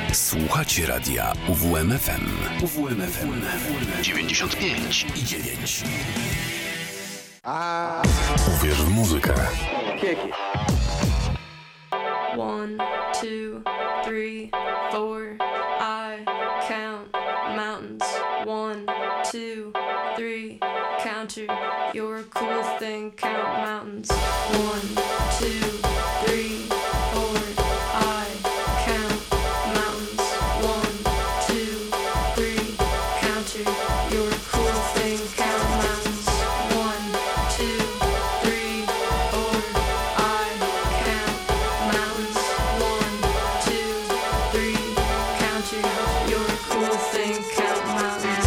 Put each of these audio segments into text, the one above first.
Słuchacie radia UWMFM. UWMFM 95 i 9. Uwierz w muzykę. One, two, three, four. I count mountains. One, two, three. Counter, you're a cool thing. Count mountains. One, two, three, four. I count mountains. One, two, three. Counter, you're a cool thing. Count mountains. One, two, three, four. I count mountains. One, two, three. Counter, you're a cool thing. Count mountains.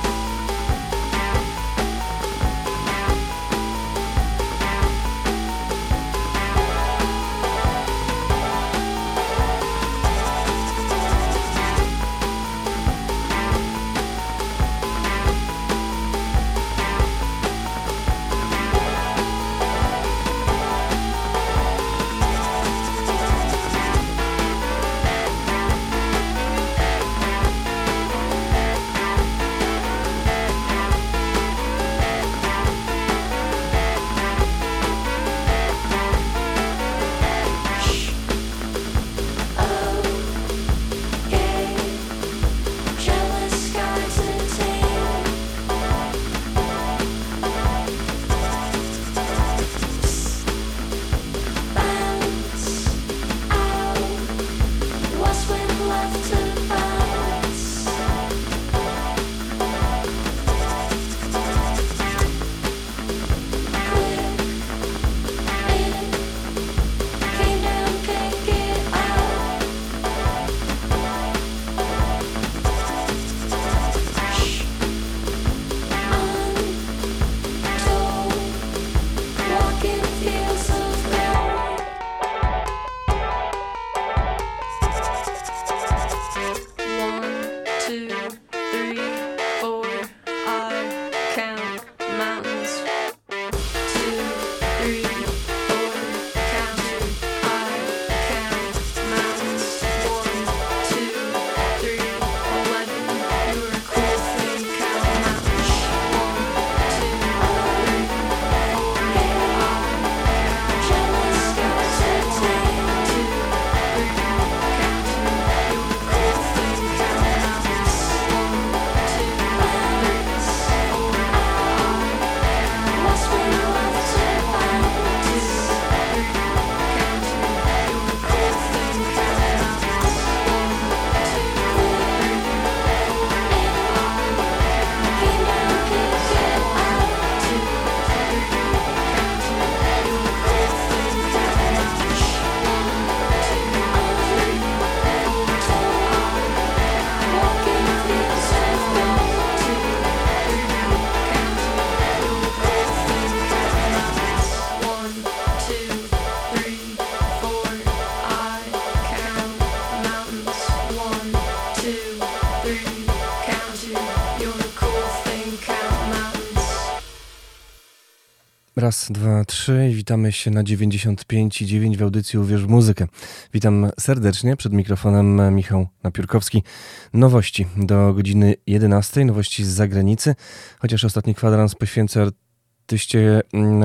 Raz, dwa, trzy i witamy się na 95,9 w audycji Uwierz w muzykę. Witam serdecznie, przed mikrofonem Michał Napiórkowski. Nowości do godziny 11, nowości z zagranicy, chociaż ostatni kwadrans poświęcę artyście,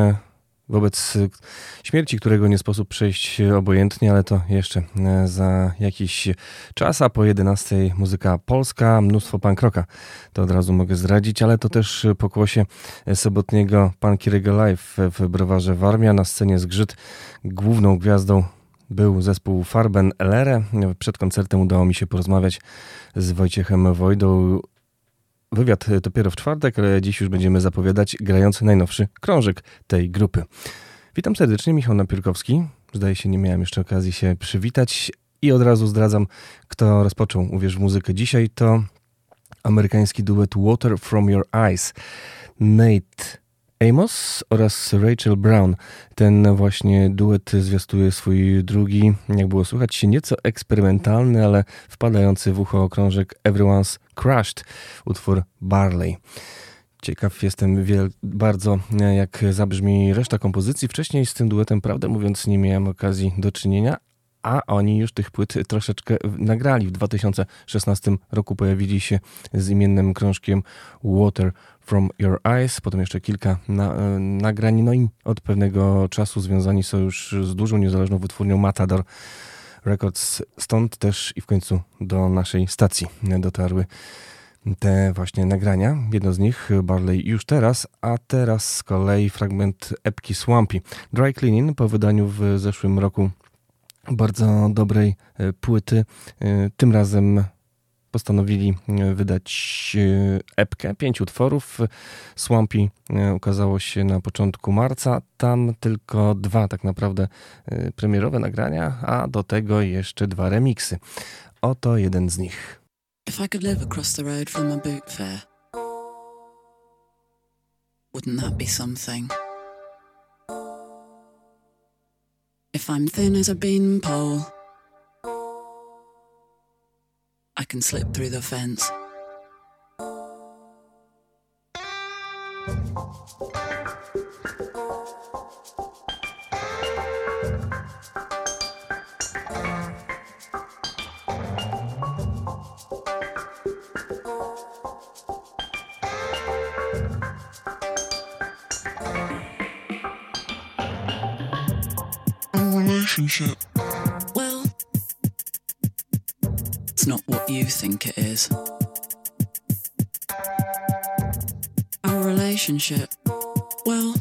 wobec śmierci którego nie sposób przejść obojętnie, ale to jeszcze za jakiś czas, a po 11 muzyka polska, mnóstwo punk rocka, to od razu mogę zdradzić, ale to też pokłosie sobotniego Punky Reggae Live w Browarze Warmia. Na scenie Zgrzyt główną gwiazdą był zespół Farben Lere. Przed koncertem udało mi się porozmawiać z Wojciechem Wojdą. Wywiad dopiero w czwartek, ale dziś już będziemy zapowiadać grający najnowszy krążek tej grupy. Witam serdecznie, Michał Napiórkowski. Zdaje się, nie miałem jeszcze okazji się przywitać i od razu zdradzam, kto rozpoczął Uwierz w muzykę dzisiaj. To amerykański duet Water From Your Eyes. Nate Amos oraz Rachel Brown. Ten właśnie duet zwiastuje swój drugi, jak było słychać, się nieco eksperymentalny, ale wpadający w ucho krążek Everyone's Crushed, utwór Barley. Ciekaw jestem bardzo, jak zabrzmi reszta kompozycji. Wcześniej z tym duetem, prawdę mówiąc, nie miałem okazji do czynienia, a oni już tych płyt troszeczkę nagrali. W 2016 roku pojawili się z imiennym krążkiem Water from Your Eyes, potem jeszcze kilka nagrań, no i od pewnego czasu związani są już z dużą niezależną wytwórnią Matador Records. Stąd też i w końcu do naszej stacji dotarły te właśnie nagrania. Jedno z nich, Barley, już teraz, a teraz z kolei fragment epki Swampy. Dry Cleaning po wydaniu w zeszłym roku bardzo dobrej płyty. Tym razem postanowili wydać epkę 5 utworów. Swampy ukazało się na początku marca. Tam tylko 2 tak naprawdę premierowe nagrania, a do tego jeszcze 2 remiksy. Oto jeden z nich. If I could live across the road from a boot fair, wouldn't that be something? If I'm thin as a beanpole, I can slip through the fence. Relationship. Well, it's not what you think it is. Our relationship, well,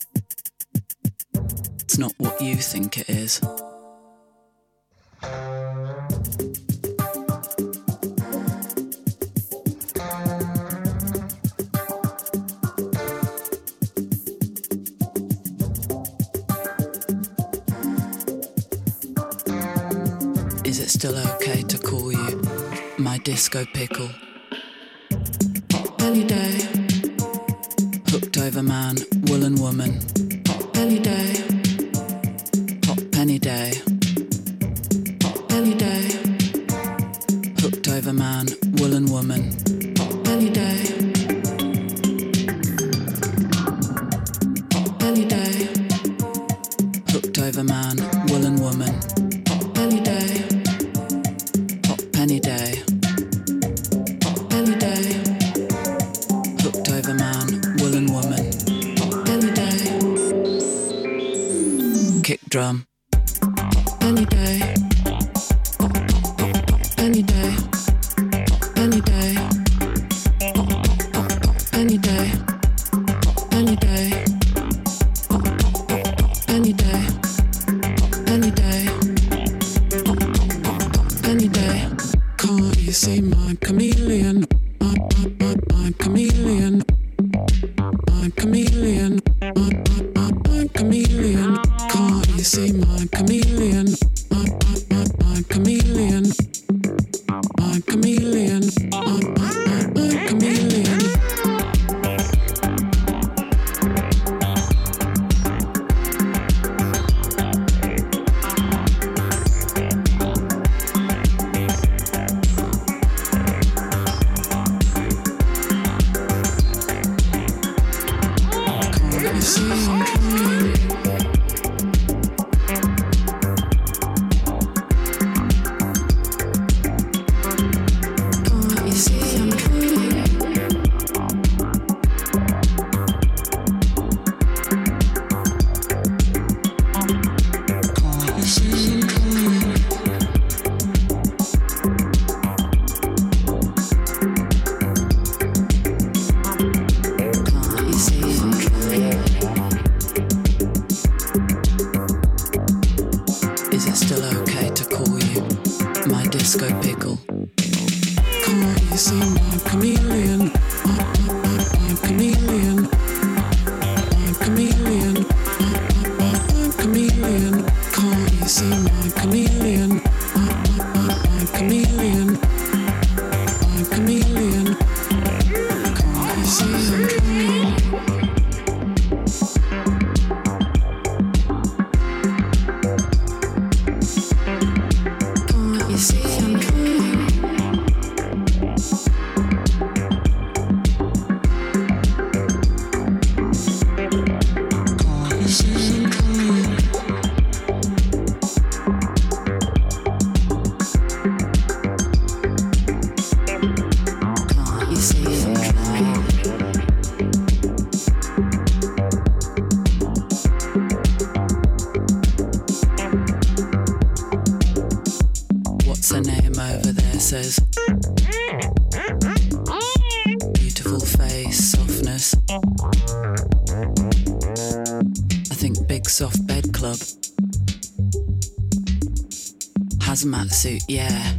it's not what you think it is. Is it still okay to call you my disco pickle? Belly day, hooked over man, woolen woman. Belly day, hot penny day. Belly day, hooked over man, woolen woman. Belly day, belly day, hooked over man, woolen woman. Belly day, penny day, belly day, hooked over man, woolen woman, belly day, kick drum, belly day, belly day, belly day, belly day, belly day, belly day, belly day. Any day, can't you see my chameleon? I'm chameleon. I'm chameleon. I'm chameleon. Can't you see my chameleon? I'm chameleon. I'm chameleon. I'm chameleon. What's her name over there says? Beautiful face, softness. I think big soft bed club. Hazmat suit, yeah.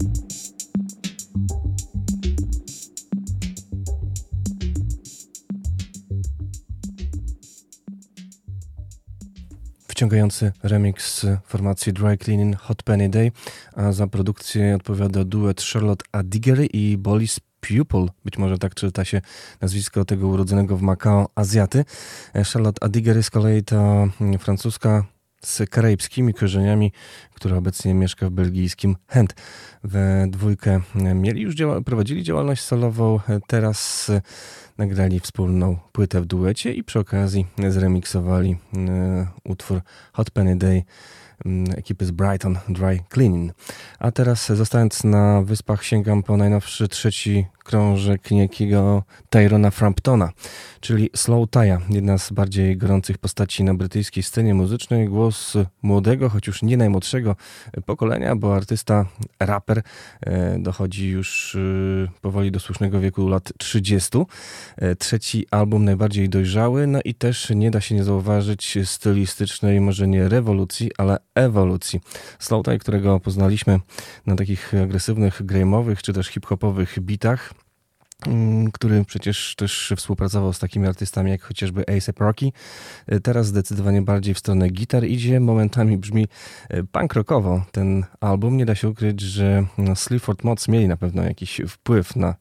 Wciągający remix formacji Dry Cleaning Hot Penny Day, a za produkcję odpowiada duet Charlotte Adigéry i Bolis Pupil. Być może tak czyta się nazwisko tego urodzonego w Macao Azjaty. Charlotte Adigéry z kolei to francuska z karaibskimi korzeniami, która obecnie mieszka w belgijskim Gent. We dwójkę prowadzili działalność solową, teraz nagrali wspólną płytę w duecie i przy okazji zremiksowali utwór Hot Penny Day ekipy z Brighton Dry Cleaning. A teraz zostając na wyspach sięgam po najnowszy trzeci krążek niejakiego Tyrona Framptona, czyli Slow Tya, jedna z bardziej gorących postaci na brytyjskiej scenie muzycznej, głos młodego, choć już nie najmłodszego pokolenia, bo artysta, raper dochodzi już powoli do słusznego wieku lat 30. Trzeci album najbardziej dojrzały, no i też nie da się nie zauważyć stylistycznej, może nie rewolucji, ale ewolucji. Slow Ty, którego poznaliśmy na takich agresywnych, grimowych czy też hip-hopowych bitach, który przecież też współpracował z takimi artystami jak chociażby A$AP Rocky. Teraz zdecydowanie bardziej w stronę gitar idzie, momentami brzmi punk rockowo ten album. Nie da się ukryć, że Sleaford Mods mieli na pewno jakiś wpływ na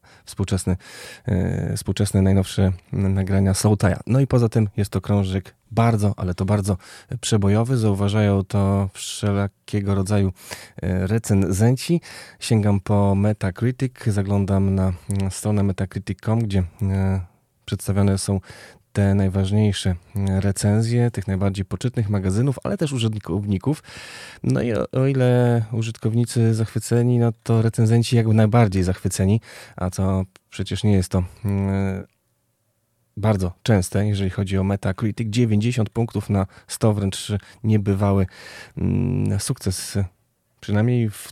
współczesne najnowsze nagrania Slow Ty'a. No i poza tym jest to krążek bardzo, ale to bardzo przebojowy. Zauważają to wszelkiego rodzaju recenzenci. Sięgam po Metacritic, zaglądam na stronę metacritic.com, gdzie przedstawione są te najważniejsze recenzje tych najbardziej poczytnych magazynów, ale też użytkowników. No i o ile użytkownicy zachwyceni, no to recenzenci jakby najbardziej zachwyceni, a to przecież nie jest to bardzo częste, jeżeli chodzi o Metacritic. 90 punktów na 100, wręcz niebywały sukces, przynajmniej w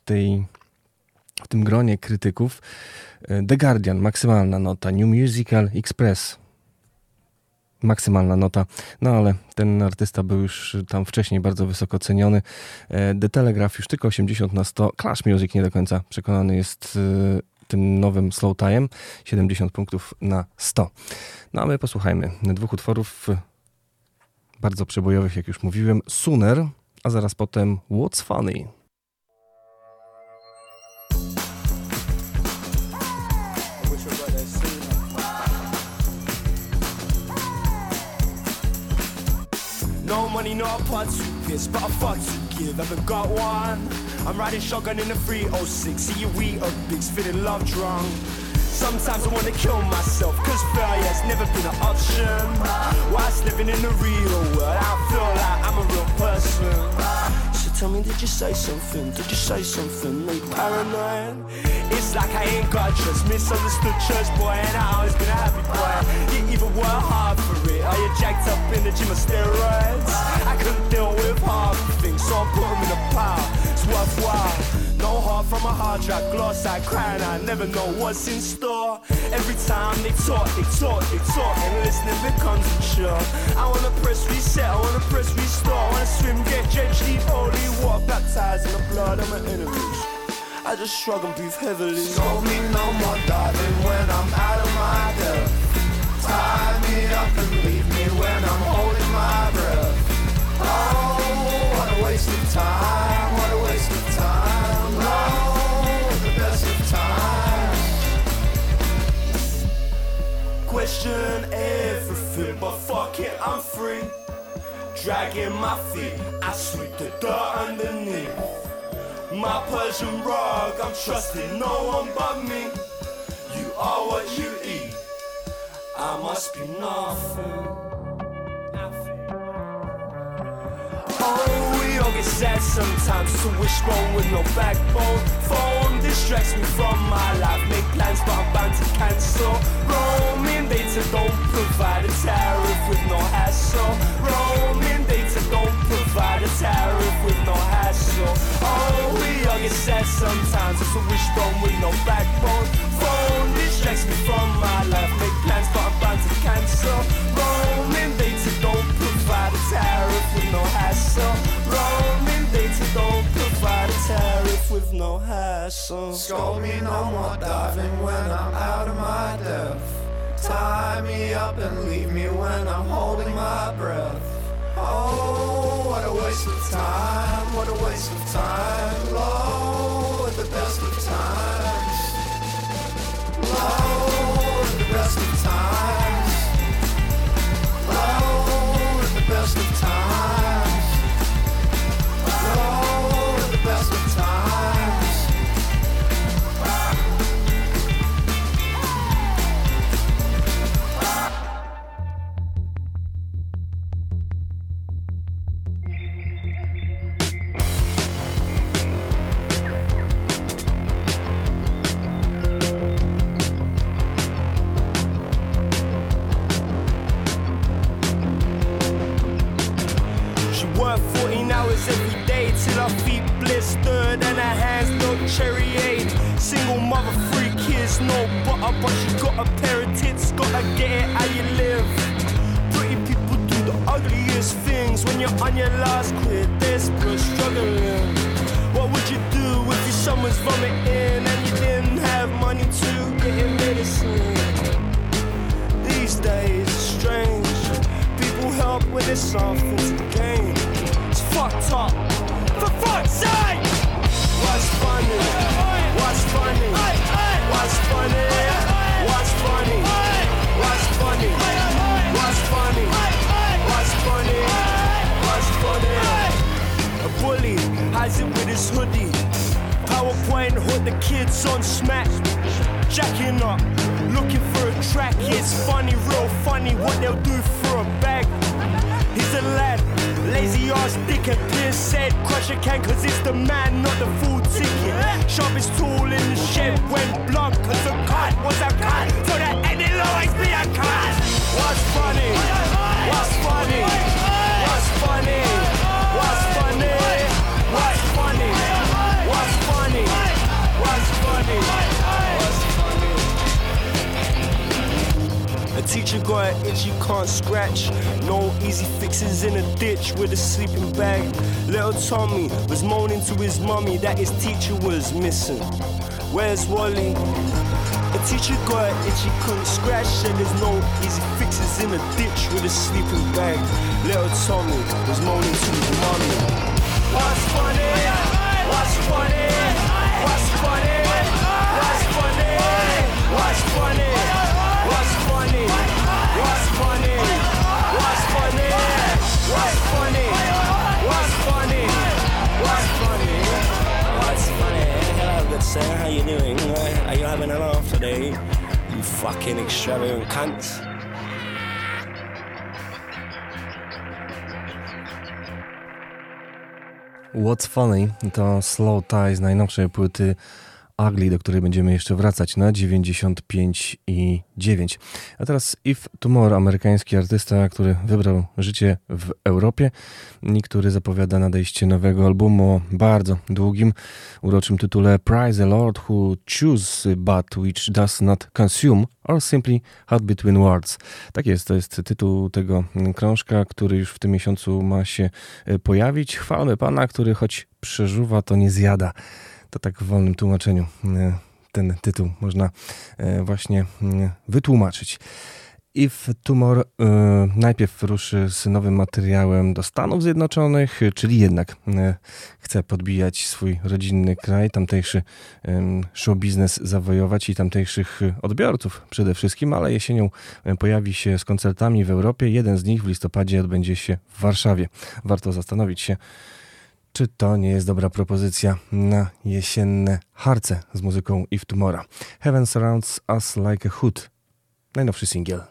tym gronie krytyków. The Guardian, maksymalna nota. New Musical Express, maksymalna nota. No ale ten artysta był już tam wcześniej bardzo wysoko ceniony. The Telegraph już tylko 80 na 100. Clash Music nie do końca przekonany jest tym nowym Slow Ty'em. 70 punktów na 100. No a my posłuchajmy dwóch utworów bardzo przebojowych, jak już mówiłem. Sooner, a zaraz potem What's Funny. No money, not a part to piss, but a fuck to give. Haven't got one. I'm riding shotgun in the 306. See you eat up bigs, feeling love drunk. Sometimes I wanna kill myself, cause failure's never been an option. Whilst living in the real world, I feel like I'm a real person. So tell me, did you say something? Did you say something? Are you paranoid? It's like I ain't got trust. Misunderstood church boy, and I always been a happy boy. You even work hard for it. Are you jacked up in the gym of steroids? I couldn't deal with half the things, so I put them in a pile. It's worthwhile. No heart from a hard drive, gloss I crying, I never know what's in store. Every time they talk, and listening becomes a chore. I wanna press reset, I wanna press restore. I wanna swim, get drenched, leave holy water, baptized in the blood of my enemies. I just shrug and breathe heavily. Scold me no more, darling, when I'm out of my depth. Tie me up and leave me when I'm holding my breath. Oh, what a waste of time, what a waste of time. The best of times. Question everything, but fuck it, I'm free. Dragging my feet, I sweep the dirt underneath. My Persian rug, I'm trusting no one but me. You are what you eat, I must be nothing. Oh, we all get sad sometimes, so wishbone with no backbone. Phone distracts me from my life, make plans but I'm bound to cancel. Roaming data don't provide a tariff with no hassle. Roaming data don't provide a tariff with no hassle. Oh, we all get sad sometimes. sometimes it's a wishbone with no backbone. Phone distracts me from my life. Make plans but I'm bound to cancel. Roaming data don't provide a tariff with no hassle. Roaming data don't provide a tariff with no hassle. Scold me no more diving when I'm out of my depth. Tie me up and leave me when I'm holding my breath. Oh, what a waste of time, what a waste of time. Low at the best of times. Low at the best of times. Low at the best of times. Low at the best of times. Every day till her feet blistered and her hands no cherry aid. Single mother, 3 kids, no butter, but she got a pair of tits. Gotta get it how you live. Pretty people do the ugliest things when you're on your last quid, desperate, struggling. What would you do if your son was vomiting and you didn't have money to get him medicine? These days it's strange. People help when there's something to gain. Fucked up, for fuck's sake! What's funny? What's funny? What's funny? What's funny? What's funny? What's funny? What's funny? What's funny? A bully hides it with his hoodie. PowerPoint hood the kids on smack. Jacking up, looking for a track. It's funny, real funny what they'll do for a bag. He's a lad, lazy ass dickhead. Pierce said crush a can cause it's the man, not the full ticket. Sharpest tool in the shed went blunt cause a cut was a cut. So the end will always be a cut. What's funny? What's funny? What's funny? What's funny? What's funny? What's funny? What's funny? What's funny? A teacher got an itch you can't scratch. No easy fixes in a ditch with a sleeping bag. Little Tommy was moaning to his mummy that his teacher was missing. Where's Wally? A teacher got an itch he couldn't scratch. Said there's no easy fixes in a ditch with a sleeping bag. Little Tommy was moaning to his mummy. What's funny? What's funny? What's funny? What's funny? What's funny? What's funny? What's funny? What's funny? What's funny? What's funny? What's funny? What's funny? Hello, good sir. How you doing? Are you having a laugh today? You fucking extravagant cunts. What's Funny to Slow Tie z najnowszej płyty Ugly, do której będziemy jeszcze wracać na 95,9. A teraz If Tomorrow, amerykański artysta, który wybrał życie w Europie i który zapowiada nadejście nowego albumu o bardzo długim, uroczym tytule Praise the Lord who choose but which does not consume or simply hot between words. Tak jest, to jest tytuł tego krążka, który już w tym miesiącu ma się pojawić. Chwalmy Pana, który choć przeżuwa, to nie zjada. To tak w wolnym tłumaczeniu ten tytuł można właśnie wytłumaczyć. If Tumor najpierw ruszy z nowym materiałem do Stanów Zjednoczonych, czyli jednak chce podbijać swój rodzinny kraj, tamtejszy show biznes zawojować i tamtejszych odbiorców przede wszystkim, ale jesienią pojawi się z koncertami w Europie. Jeden z nich w listopadzie odbędzie się w Warszawie. Warto zastanowić się, czy to nie jest dobra propozycja na jesienne harce z muzyką If Tomorrow. Heaven Surrounds Us Like a Hood. Najnowszy singiel.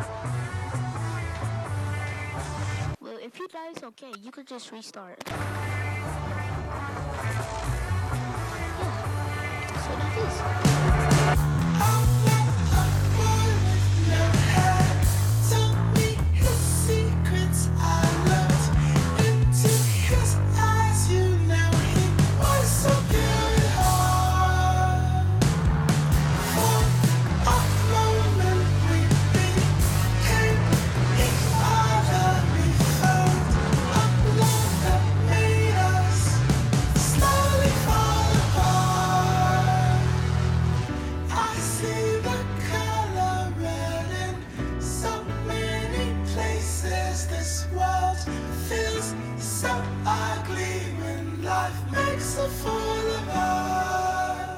If you die, it's okay. You could just restart. makes a fool of us.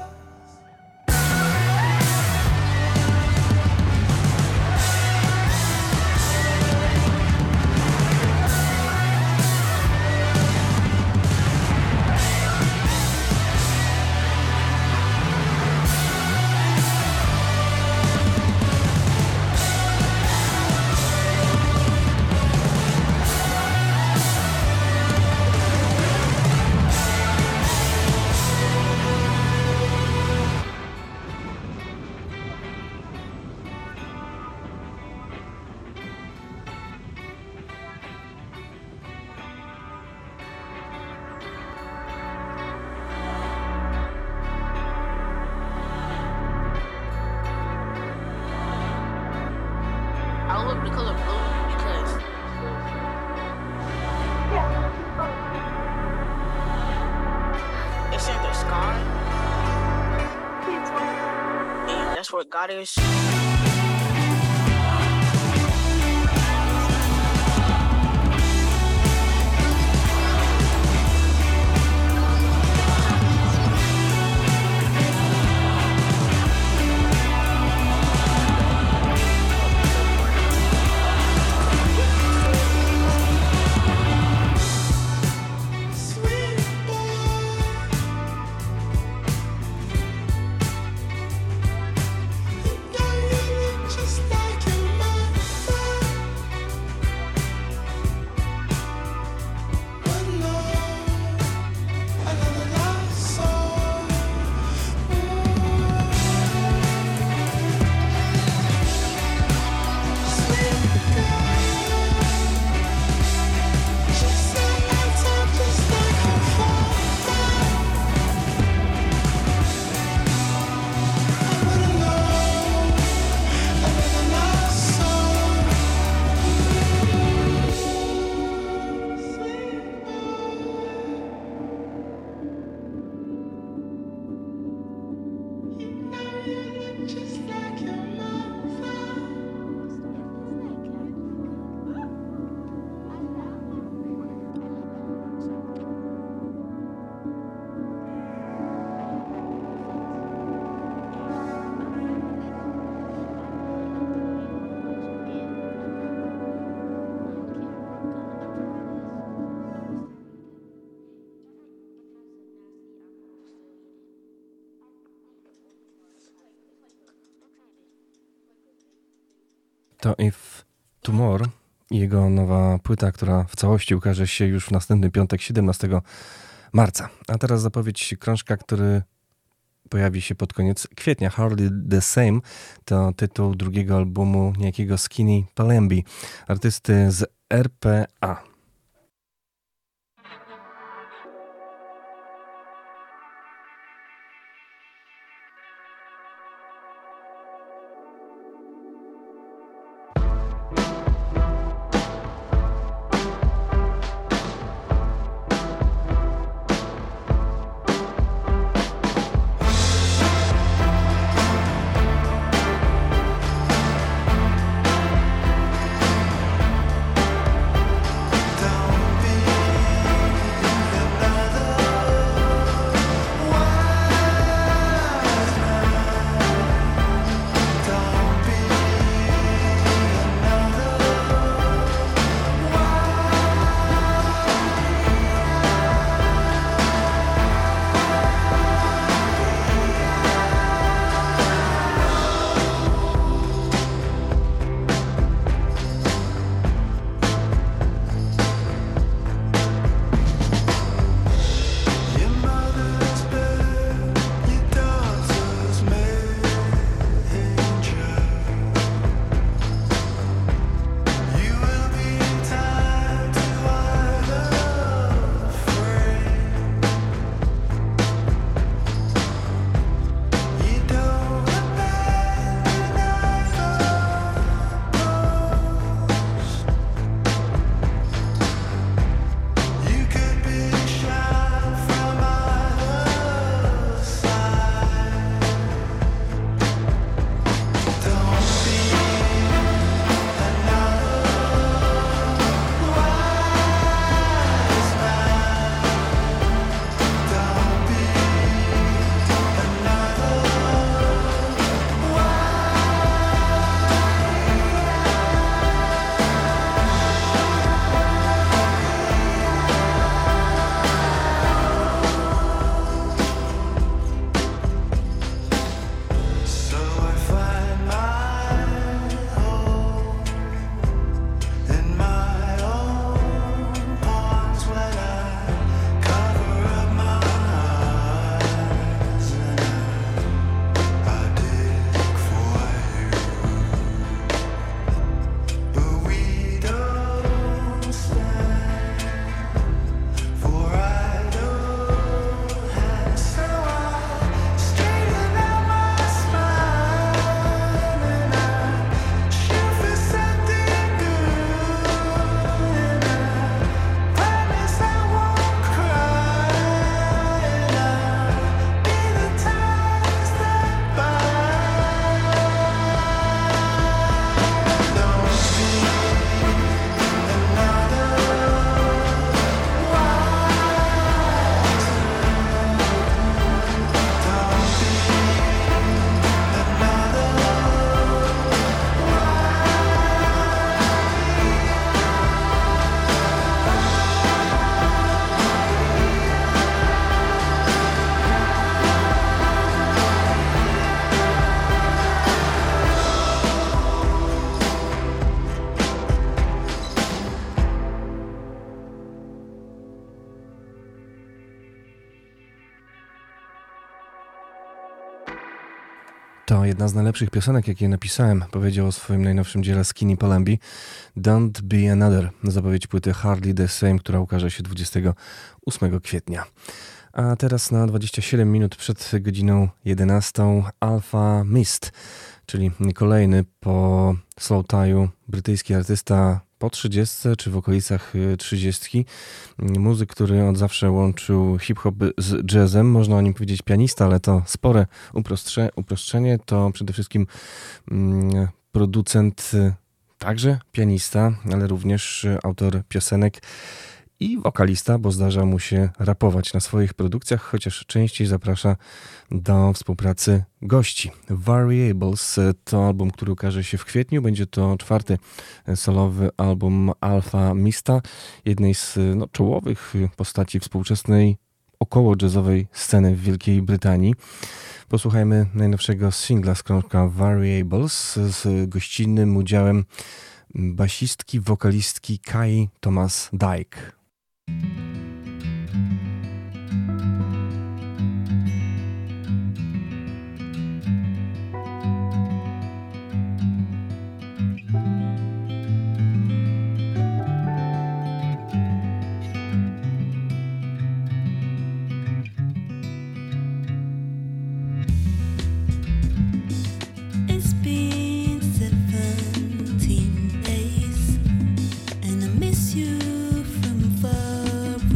I love the color blue because it's in the sky. And that's where God is. To If Tomorrow i jego nowa płyta, która w całości ukaże się już w następny piątek, 17 marca. A teraz zapowiedź krążka, który pojawi się pod koniec kwietnia. Hardly the Same to tytuł drugiego albumu niejakiego Skinny Palembi, artysty z RPA. To jedna z najlepszych piosenek, jakie napisałem, powiedział o swoim najnowszym dziele Skinny Pulemby. Don't Be Another, zapowiedź płyty Hardly the Same, która ukaże się 28 kwietnia. A teraz na 27 minut przed godziną 11 Alfa Mist, czyli kolejny po Slow Tie'u brytyjski artysta po 30 czy w okolicach 30. Muzyk, który od zawsze łączył hip-hop z jazzem. Można o nim powiedzieć pianista, ale to spore uproszczenie. To przede wszystkim producent, także pianista, ale również autor piosenek i wokalista, bo zdarza mu się rapować na swoich produkcjach, chociaż częściej zaprasza do współpracy gości. Variables to album, który ukaże się w kwietniu. Będzie to 4. solowy album Alfa Mista, jednej z czołowych postaci współczesnej około jazzowej sceny w Wielkiej Brytanii. Posłuchajmy najnowszego singla z krążka Variables z gościnnym udziałem basistki, wokalistki Kai Thomas Dyke. It's been 17 days and I miss you from far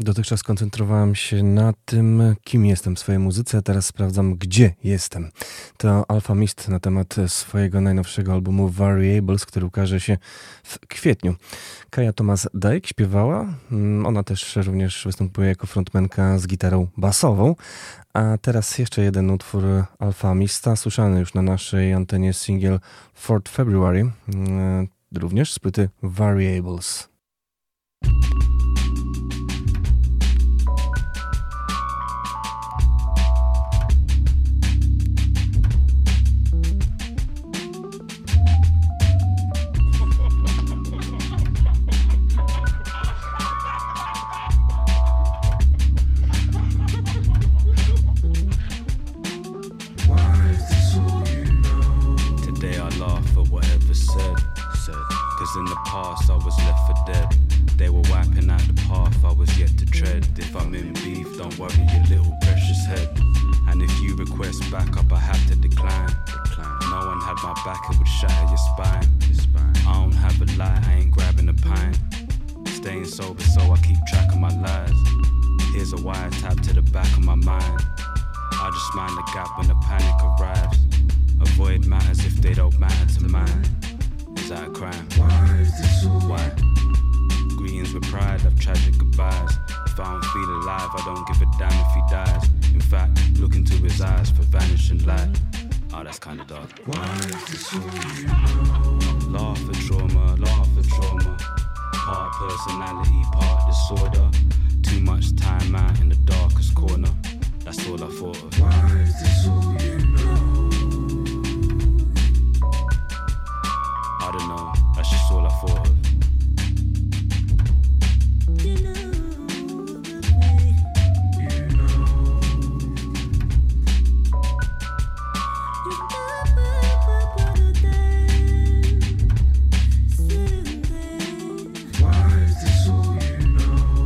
Dotychczas koncentrowałem się na tym, kim jestem w swojej muzyce, teraz sprawdzam, gdzie jestem. To Alfa Mist na temat swojego najnowszego albumu Variables, który ukaże się w kwietniu. Kaja Thomas Dyke śpiewała, ona też również występuje jako frontmanka z gitarą basową. A teraz jeszcze jeden utwór Alfa Mista, słyszany już na naszej antenie singiel 4 February, również z płyty Variables. In the past I was left for dead. They were wiping out the path I was yet to tread. If I'm in beef, don't worry your little precious head. And if you request backup, I have to decline. No one had my back, it would shatter your spine. I don't have a lie, I ain't grabbing a pint. Staying sober so I keep track of my lies. Here's a wiretap to the back of my mind. I just mind the gap when the panic arrives. Avoid matters if they don't matter to mine. Is that a crime? Why is this so? Why? Greetings with pride, have tragic goodbyes. If I don't feel alive, I don't give a damn if he dies. In fact, look into his eyes for vanishing light. Oh, that's kinda dark. Why is this so? Laugh at trauma, part personality, part disorder. Too much time out in the darkest corner. That's all I thought of. Why is this all you know? I don't know, that's just all I thought of. You know. Why is this all you know?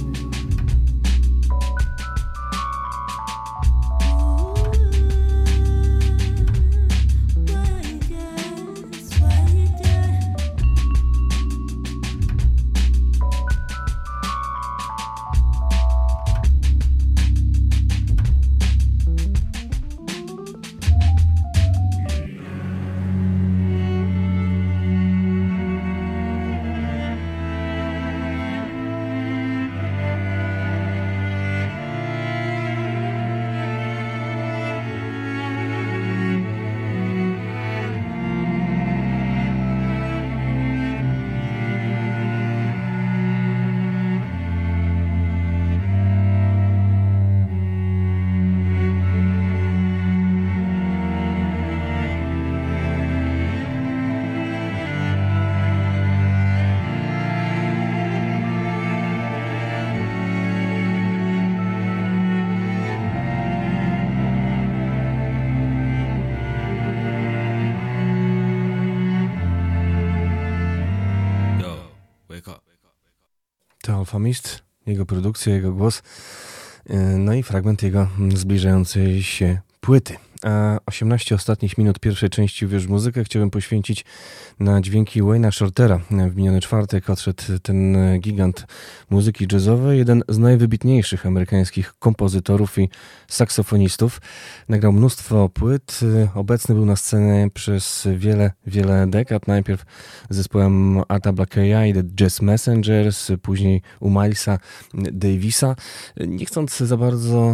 To Alfa Mist, jego produkcja, jego głos, no i fragment jego zbliżającej się płyty. A 18 ostatnich minut pierwszej części Uwierz w muzykę chciałbym poświęcić na dźwięki Wayne'a Shortera. W miniony czwartek odszedł ten gigant muzyki jazzowej, jeden z najwybitniejszych amerykańskich kompozytorów i saksofonistów. Nagrał mnóstwo płyt, obecny był na scenie przez wiele dekad. Najpierw z zespołem Arta Blakey'a i The Jazz Messengers, później u Milesa Davisa. Nie chcąc za bardzo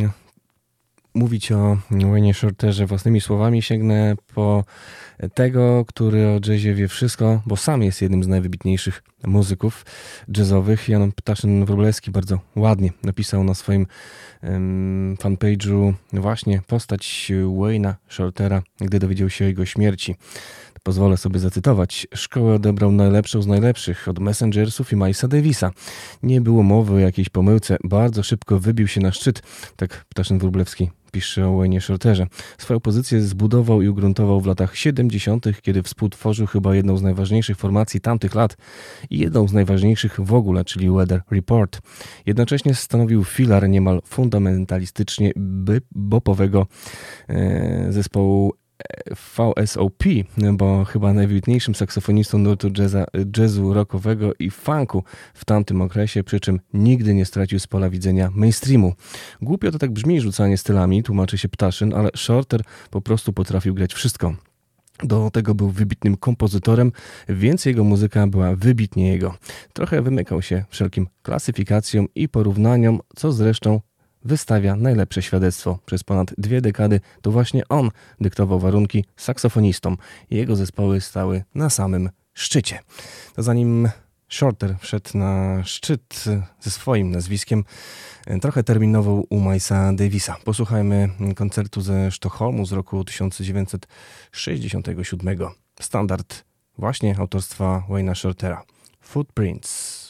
mówić o Wayne'ie Shorterze własnymi słowami, sięgnę po tego, który o jazzie wie wszystko, bo sam jest jednym z najwybitniejszych muzyków jazzowych. Jan Ptaszyn-Wróblewski bardzo ładnie napisał na swoim fanpage'u właśnie postać Wayne'a Shortera, gdy dowiedział się o jego śmierci. Pozwolę sobie zacytować. Szkołę odebrał najlepszą z najlepszych, od Messengersów i Milesa Davisa. Nie było mowy o jakiejś pomyłce. Bardzo szybko wybił się na szczyt. Tak Ptaszyn-Wróblewski pisze o Wayne'ie Shorterze. Swoją pozycję zbudował i ugruntował w latach 70., kiedy współtworzył chyba jedną z najważniejszych formacji tamtych lat i jedną z najważniejszych w ogóle, czyli Weather Report. Jednocześnie stanowił filar niemal fundamentalistycznie bopowego zespołu VSOP, bo chyba najwybitniejszym saksofonistą nurtu jazzu rockowego i funku w tamtym okresie, przy czym nigdy nie stracił z pola widzenia mainstreamu. Głupio to tak brzmi, rzucanie stylami, tłumaczy się Ptaszyn, ale Shorter po prostu potrafił grać wszystko. Do tego był wybitnym kompozytorem, więc jego muzyka była wybitnie jego. Trochę wymykał się wszelkim klasyfikacjom i porównaniom, co zresztą wystawia najlepsze świadectwo. Przez ponad 2 dekady to właśnie on dyktował warunki saksofonistom. Jego zespoły stały na samym szczycie. To zanim Shorter wszedł na szczyt ze swoim nazwiskiem, trochę terminował u Milesa Davisa. Posłuchajmy koncertu ze Sztokholmu z roku 1967. Standard właśnie autorstwa Wayne'a Shortera. Footprints.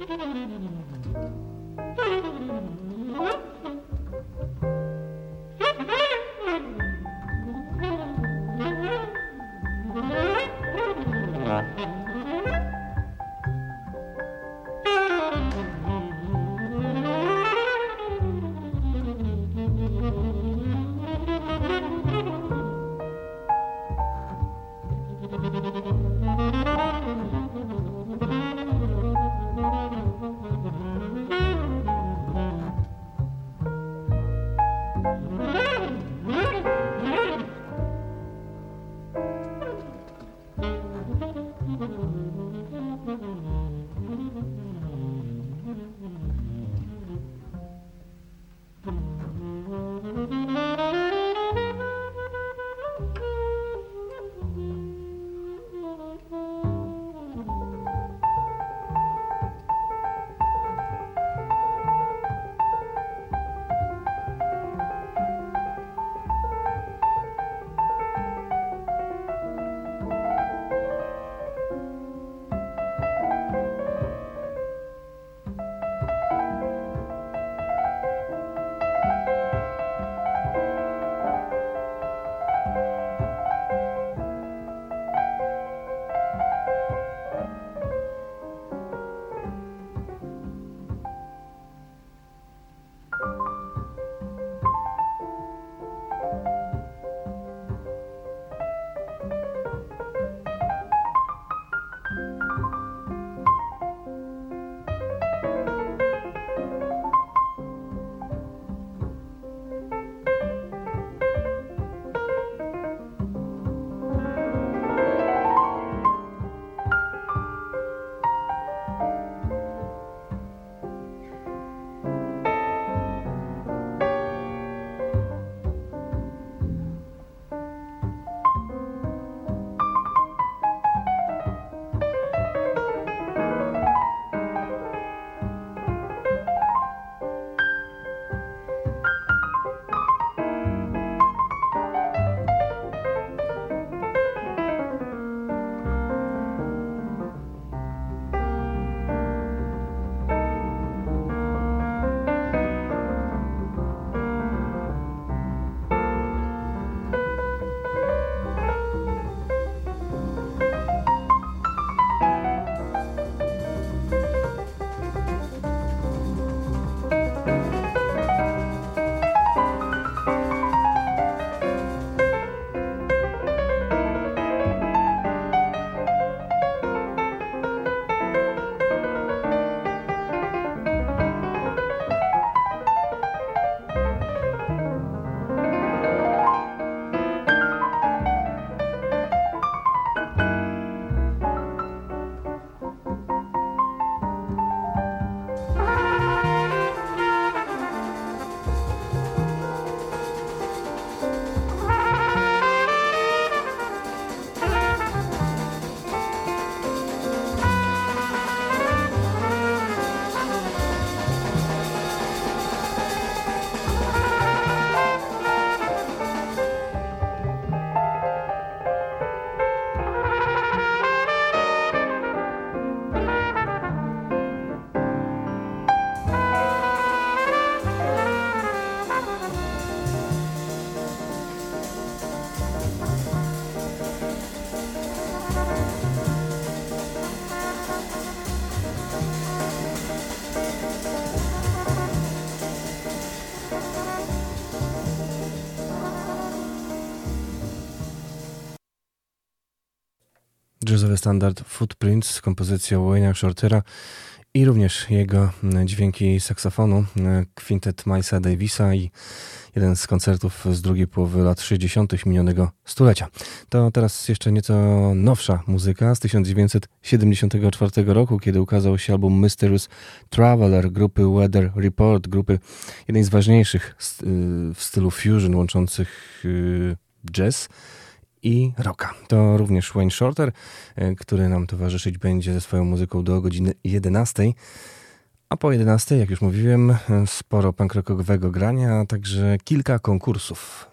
jazzowy standard Footprints z kompozycją Wayne'a Shortera i również jego dźwięki saksofonu, kwintet Milesa Davisa i jeden z koncertów z drugiej połowy lat 60. minionego stulecia. To teraz jeszcze nieco nowsza muzyka z 1974 roku, kiedy ukazał się album Mysterious Traveler grupy Weather Report, grupy jednej z ważniejszych w stylu fusion łączących jazz i rocka. To również Wayne Shorter, który nam towarzyszyć będzie ze swoją muzyką do godziny 11. A po 11, jak już mówiłem, sporo punk rockowego grania, a także kilka konkursów.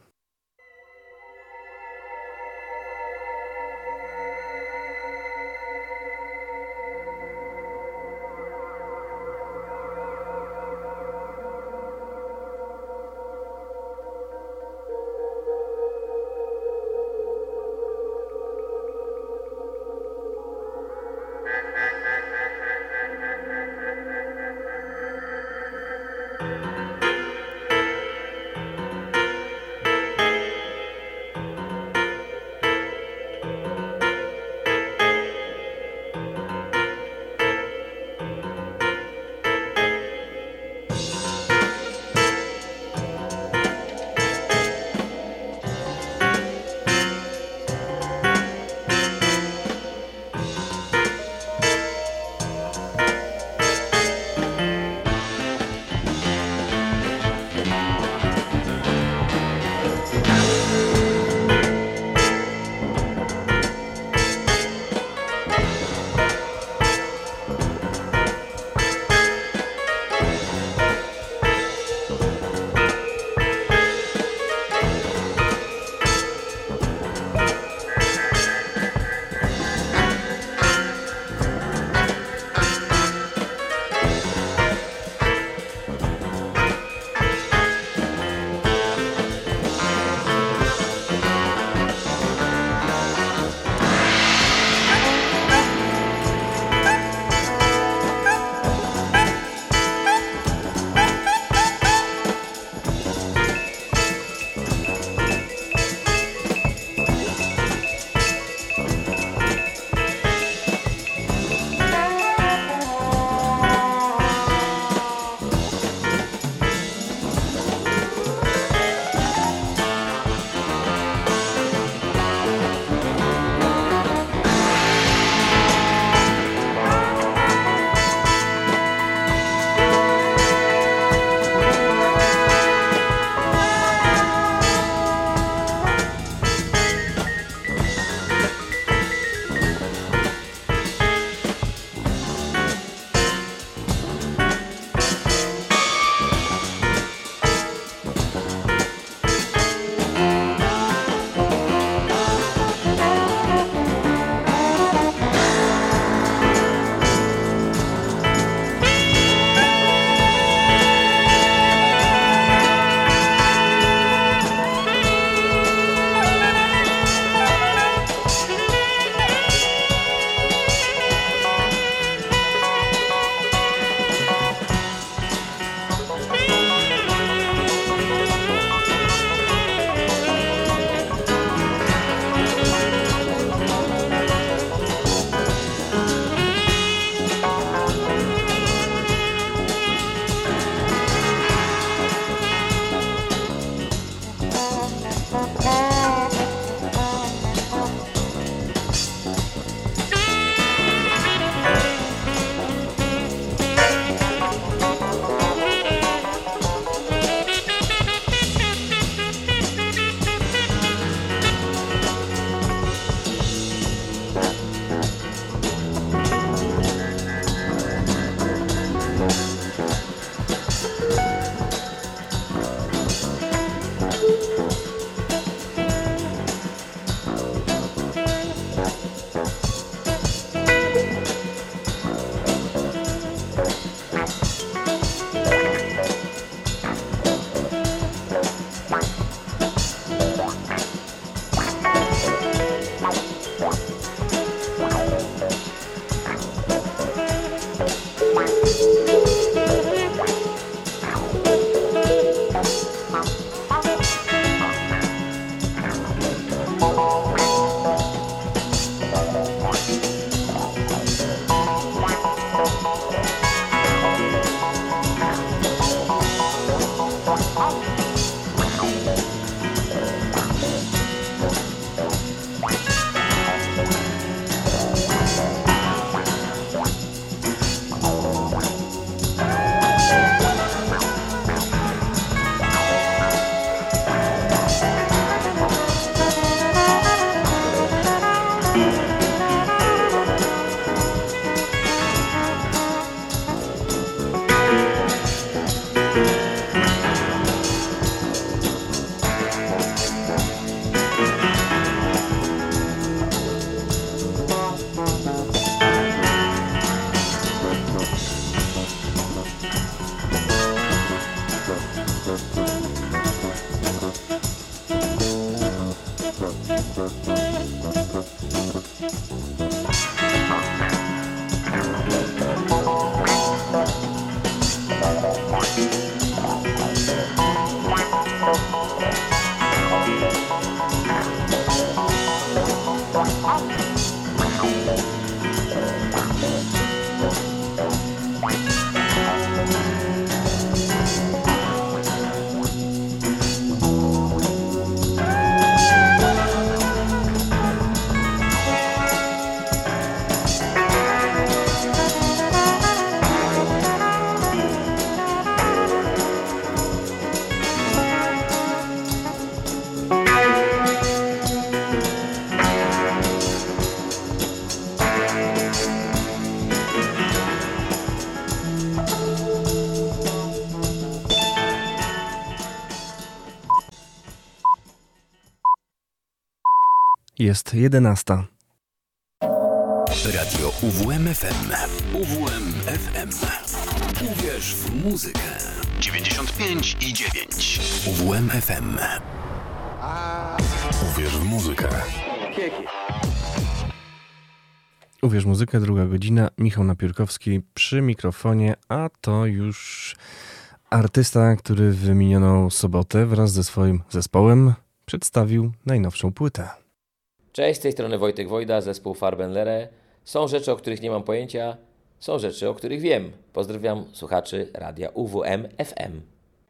Jest 11. Radio UWMFM. UWMFM. Uwierz w muzykę. 95,9. UWMFM. Uwierz w muzykę. Uwierz muzykę, druga godzina. Michał Napiórkowski przy mikrofonie, a to już artysta, który w minioną sobotę wraz ze swoim zespołem przedstawił najnowszą płytę. Cześć, z tej strony Wojtek Wojda, zespół Farbenlere. Są rzeczy, o których nie mam pojęcia, są rzeczy, o których wiem. Pozdrawiam słuchaczy radia UWM FM.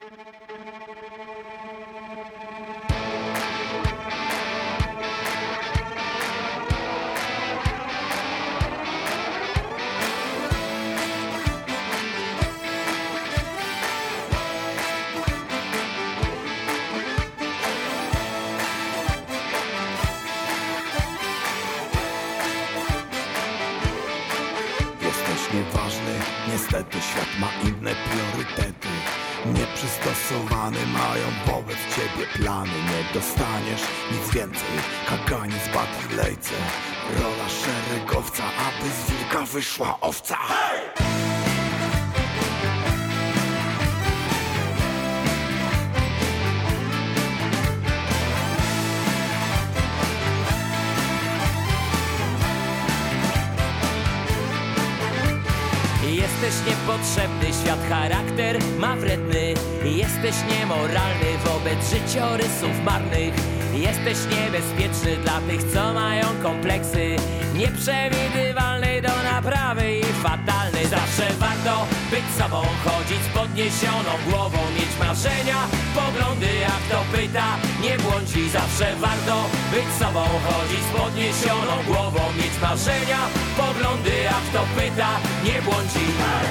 Niestety świat ma inne priorytety. Nieprzystosowany mają wobec ciebie plany. Nie dostaniesz nic więcej, kaganiec, batylejce. Rola szeregowca, aby z wilka wyszła owca. Jesteś niepotrzebny, świat charakter ma wredny. Jesteś niemoralny wobec życiorysów marnych. Jesteś niebezpieczny dla tych, co mają kompleksy. Nieprzewidywalny do naprawy i fatalny. Zawsze warto być sobą, chodzić z podniesioną głową, mieć marzenia, poglądy, jak to pyta, nie błądzi. Zawsze warto być sobą, chodzić z podniesioną głową, mieć marzenia, poglądy, jak to pyta, nie błądzi.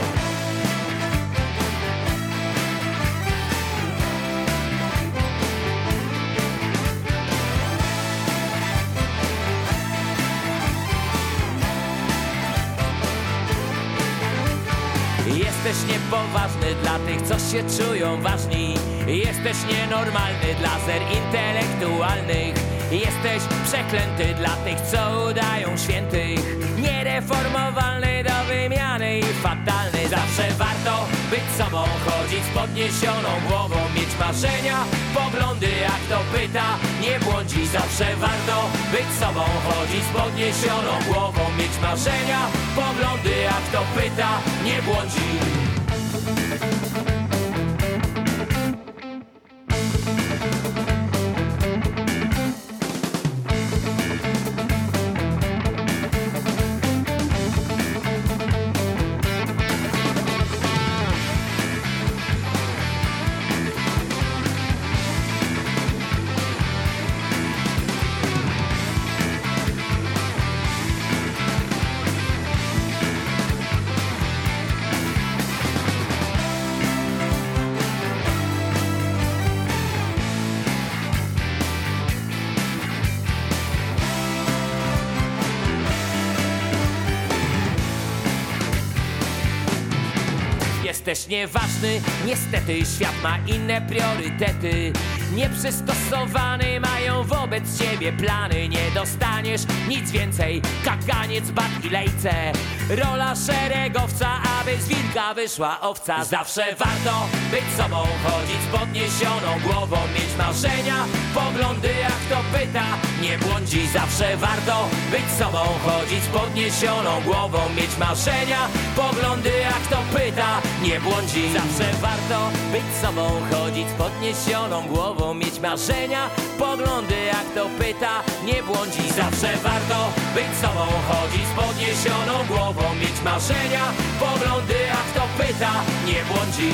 Jesteś niepoważny dla tych, co się czują ważni. Jesteś nienormalny dla zer intelektualnych. Jesteś przeklęty dla tych, co udają świętych. Niereformowalny do wymiany i fatalny. Zawsze warto być sobą, chodzić z podniesioną głową, mieć marzenia, poglądy, jak to pyta, nie błądzi. Zawsze warto być sobą, chodzić z podniesioną głową, mieć marzenia, poglądy, jak to pyta, nie błądzi. Jesteś nieważny, niestety świat ma inne priorytety. Nieprzystosowany mają wobec ciebie plany. Nie dostaniesz nic więcej, kaganiec, bat i lejce. Rola szeregowca, aby z wilka wyszła owca. Zawsze warto być sobą, chodzić z podniesioną głową, mieć marzenia, poglądy, jak to pyta, nie błądzi. Zawsze warto być sobą, chodzić z podniesioną głową, mieć marzenia, poglądy, jak to pyta, nie błądzi. Zawsze warto być sobą, chodzić z podniesioną głową, mieć marzenia, poglądy, jak to pyta, nie błądzi. Zawsze warto być sobą, chodzić z podniesioną głową, mieć marzenia, poglądy, jak to pyta, nie błądzi.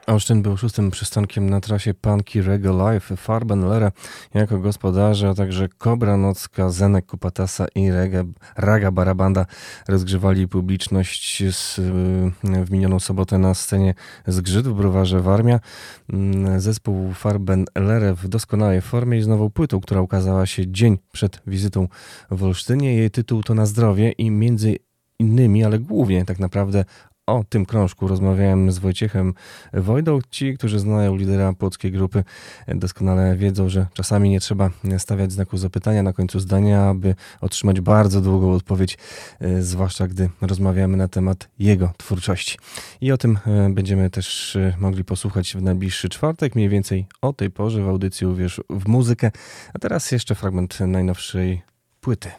Olsztyn był 6. przystankiem na trasie Punky Reggae Live. Farbenlere jako gospodarze, a także Kobra Nocka, Zenek Kupatasa i Raga Barabanda rozgrzewali publiczność w minioną sobotę na scenie Zgrzyt w Browarze Warmia. Zespół Farbenlere w doskonałej formie i z nową płytą, która ukazała się dzień przed wizytą w Olsztynie. Jej tytuł to Na zdrowie i między innymi, ale głównie tak naprawdę o tym krążku rozmawiałem z Wojciechem Wojdą. Ci, którzy znają lidera płockiej grupy, doskonale wiedzą, że czasami nie trzeba stawiać znaku zapytania na końcu zdania, aby otrzymać bardzo długą odpowiedź, zwłaszcza gdy rozmawiamy na temat jego twórczości. I o tym będziemy też mogli posłuchać w najbliższy czwartek, mniej więcej o tej porze w audycji Uwierz w muzykę. A teraz jeszcze fragment najnowszej płyty.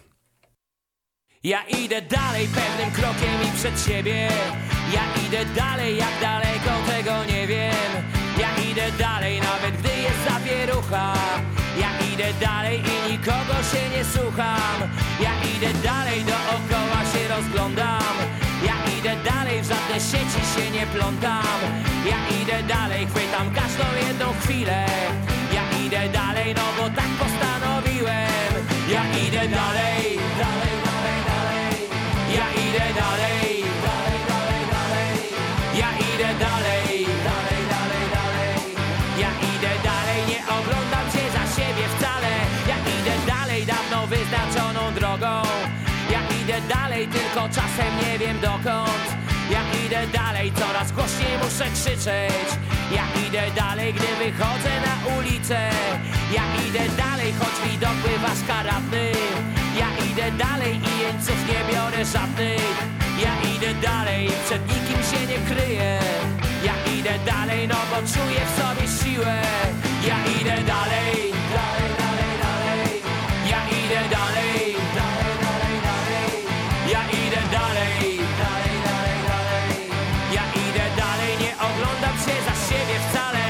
Ja idę dalej pewnym krokiem i przed siebie. Ja idę dalej, jak daleko tego nie wiem. Ja idę dalej, nawet gdy jest zawierucha. Ja idę dalej i nikogo się nie słucham. Ja idę dalej, dookoła się rozglądam. Ja idę dalej, w żadne sieci się nie plątam. Ja idę dalej, chwytam każdą jedną chwilę. Ja idę dalej, no bo tak postanowiłem. Ja idę dalej, dalej, dalej, dalej. Ja idę dalej, dalej, dalej, dalej. Ja idę dalej, dalej, dalej, dalej. Ja idę dalej, nie oglądam się za siebie wcale. Ja idę dalej, dawno wyznaczoną drogą. Ja idę dalej, tylko czasem nie wiem dokąd. Ja idę dalej, coraz głośniej muszę krzyczeć. Ja idę dalej, gdy wychodzę na ulicę. Ja idę dalej, choć widok bywa szkaradny. Ja idę dalej i jeńców nie biorę żadnych. Ja idę dalej, przed nikim się nie kryję. Ja idę dalej, no bo czuję w sobie siłę. Ja idę dalej, dalej, dalej, dalej. Ja idę dalej, dalej, dalej, dalej. Ja idę dalej, dalej, dalej, dalej. Ja idę dalej, nie oglądam się za siebie wcale.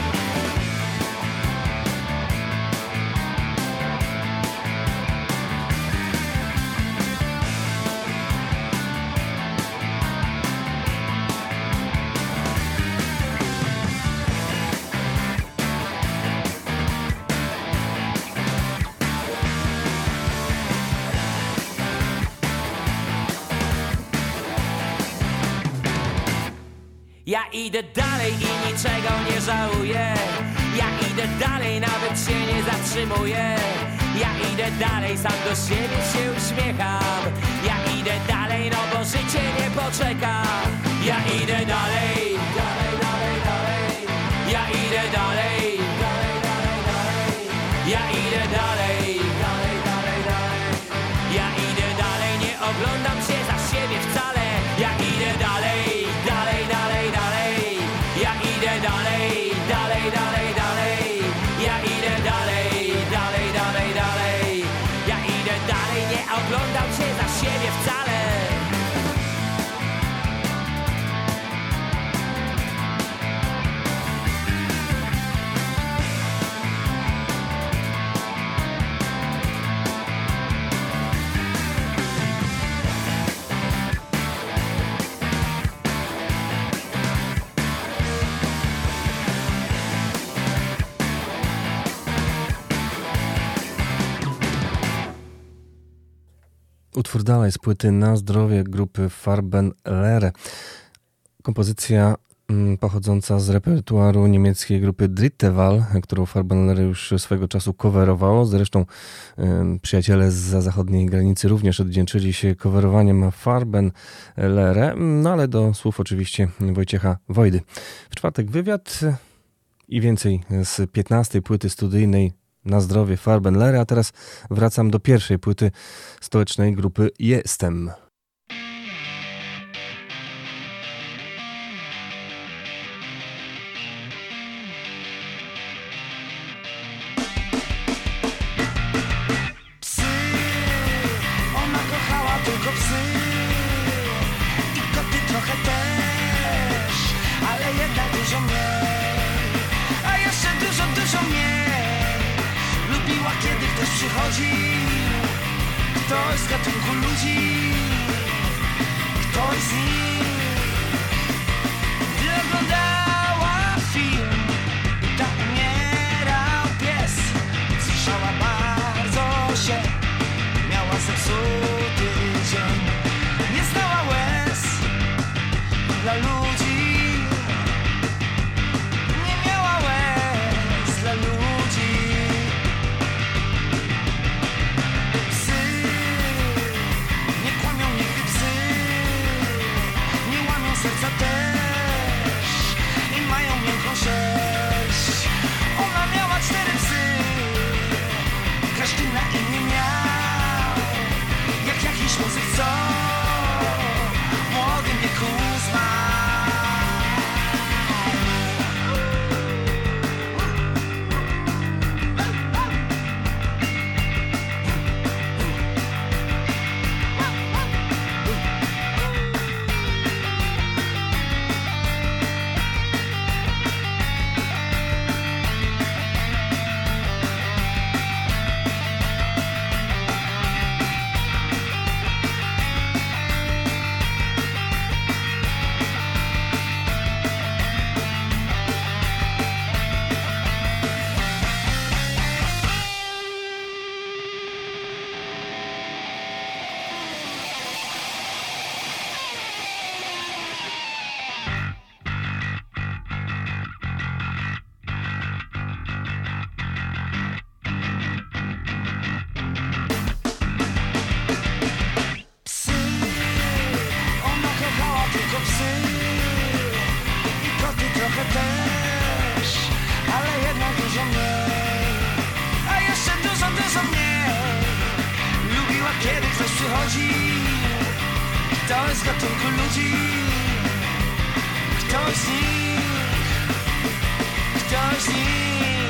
Ja idę dalej i niczego nie żałuję. Ja idę dalej, nawet się nie zatrzymuję. Ja idę dalej, sam do siebie się uśmiecham. Ja idę dalej, no bo życie nie poczeka. Ja idę dalej, dalej, dalej, dalej. Ja idę dalej, dalej, dalej, dalej. Ja idę dalej, dalej, dalej, dalej. Ja idę dalej, nie oglądam się za siebie wcale. Ja idę dalej, dalej, dalej, dalej. Ja idę dalej, dalej, dalej, dalej. Ja idę dalej, dalej, dalej, dalej. Ja idę dalej, nie oglądam się za siebie wcale. Utwór dalej z płyty Na zdrowie grupy Farbenlere. Kompozycja pochodząca z repertuaru niemieckiej grupy Dritte Wahl, którą Farbenlere już swego czasu coverowało. Zresztą przyjaciele zza zachodniej granicy również odwdzięczyli się coverowaniem Farbenlere, no ale do słów oczywiście Wojciecha Wojdy. W czwartek wywiad i więcej z 15. płyty studyjnej Na zdrowie Farbenlere, a teraz wracam do pierwszej płyty stołecznej grupy Jestem. Psy, ona kochała tylko psy i koty trochę też, ale jednak dużo mniej, a jeszcze dużo, dużo mniej. Lubiła, kiedy ktoś przychodzi, ktoś z gatunku ludzi, ktoś z nich. Gdy oglądała miała zepsuty dzień. Nie znała łez dla ludzi. Nie miała łez dla ludzi. Psy nie kłamią nigdy, psy nie łamią serca też i mają miękką sierść. Ona miała 4 psy, każdy na imię miał, jak jakiś muzyk, co w młodym wieku zmarł. Ktoś z gatunku ludzi, ktoś z nich.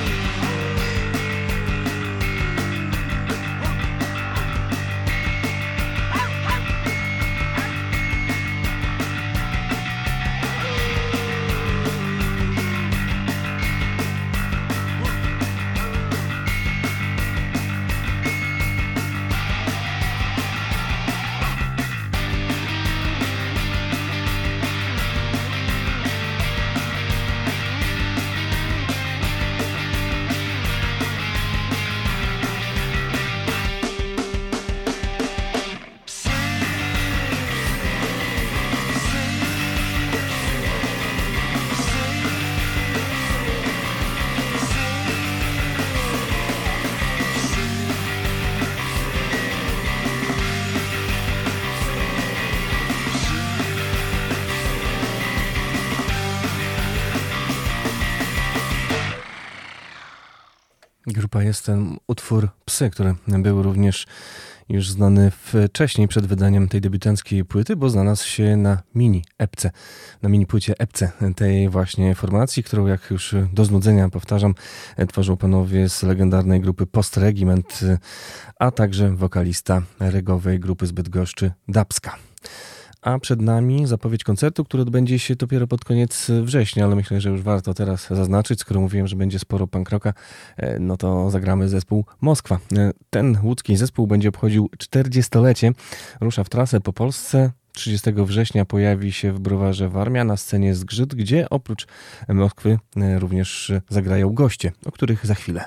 Grupa jest ten utwór Psy, który był również już znany wcześniej, przed wydaniem tej debiutanckiej płyty, bo znalazł się na mini-epce, na mini-płycie epce tej właśnie formacji, którą, jak już do znudzenia powtarzam, tworzą panowie z legendarnej grupy Post Regiment, a także wokalista regowej grupy z Bydgoszczy Dabska. A przed nami zapowiedź koncertu, który odbędzie się dopiero pod koniec września, ale myślę, że już warto teraz zaznaczyć, skoro mówiłem, że będzie sporo punk rocka, no to zagramy zespół Moskwa. Ten łódzki zespół będzie obchodził 40-lecie, rusza w trasę po Polsce. 30 września pojawi się w Browarze Warmia na scenie Zgrzyt, gdzie oprócz Moskwy również zagrają goście, o których za chwilę.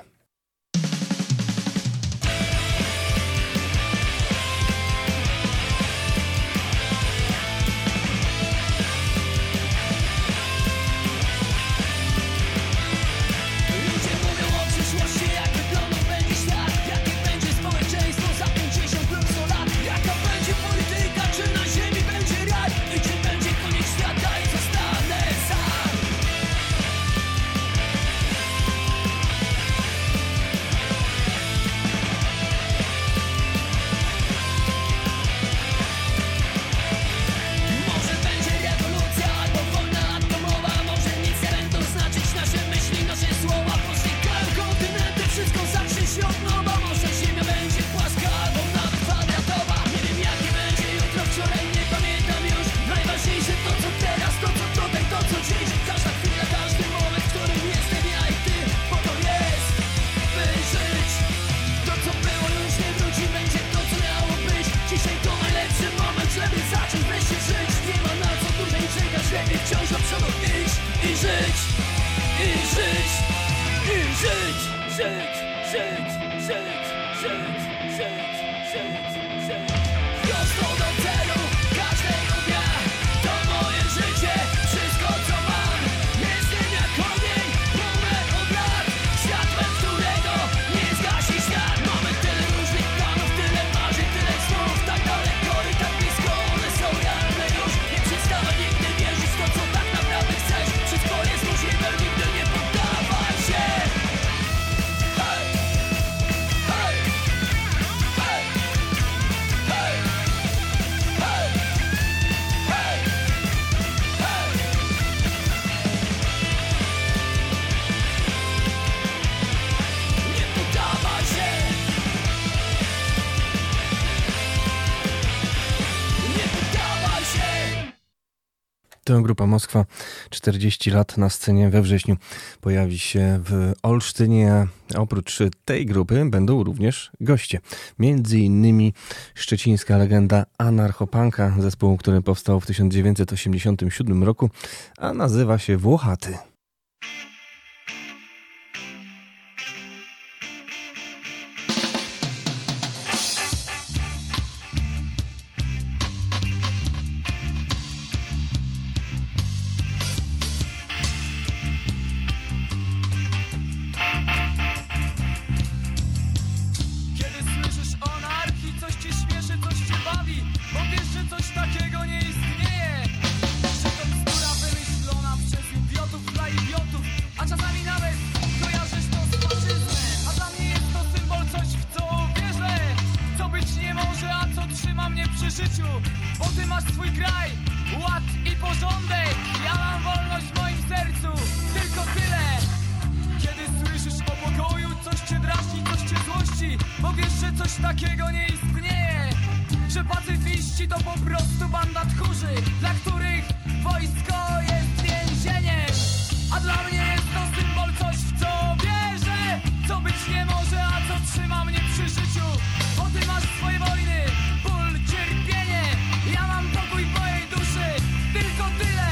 żyć. Prosto do celu każdego dnia. To moje życie, wszystko co mam. Jestem jak ogień, płonę od lat. Światłem, którego nie zgasi świat. Mamy tyle różnych planów, tyle marzeń, tyle snów. Tak daleko i tak blisko, one są realne już. Nie przestawaj nigdy wierzyć w to, co tak naprawdę chcesz. Wszystko jest możliwe, nigdy nie poddawaj się. Hej! Hej! Hej! Hej! Hej! Hej! Hej! Nie poddawaj się. Nie poddawaj się. To grupa Moskwa, 40 lat na scenie. We wrześniu pojawi się w Olsztynie. Oprócz tej grupy będą również goście. Między innymi szczecińska legenda Anarchopanka, zespół, który powstał w 1987 roku, a nazywa się Włochaty. Kiedy słyszysz o anarchii, coś cię śmieszy, coś cię bawi, bo wiesz, że coś takiego nie istnieje. Że to bzdura wymyślona przez idiotów dla idiotów, a czasami nawet kojarzysz to z faszyzmem. A dla mnie jest to symbol, coś w co wierzę, co być nie może, a co trzyma mnie przy życiu. Bo ty masz swój kraj, ład i porządek, ja mam wolność w moim sercu, tylko tyle. Kiedy słyszysz o pokoju, coś cię drażni, coś cię złości, bo wiesz, że coś takiego nie istnieje. Że pacyfiści to po prostu banda tchórzy, dla których wojsko jest więzieniem. A dla mnie jest to symbol, coś w co wierzę, co być nie może, a co trzyma mnie przy życiu. Bo ty masz swoje wojny, ból, cierpienie, ja mam pokój w mojej duszy, tylko tyle.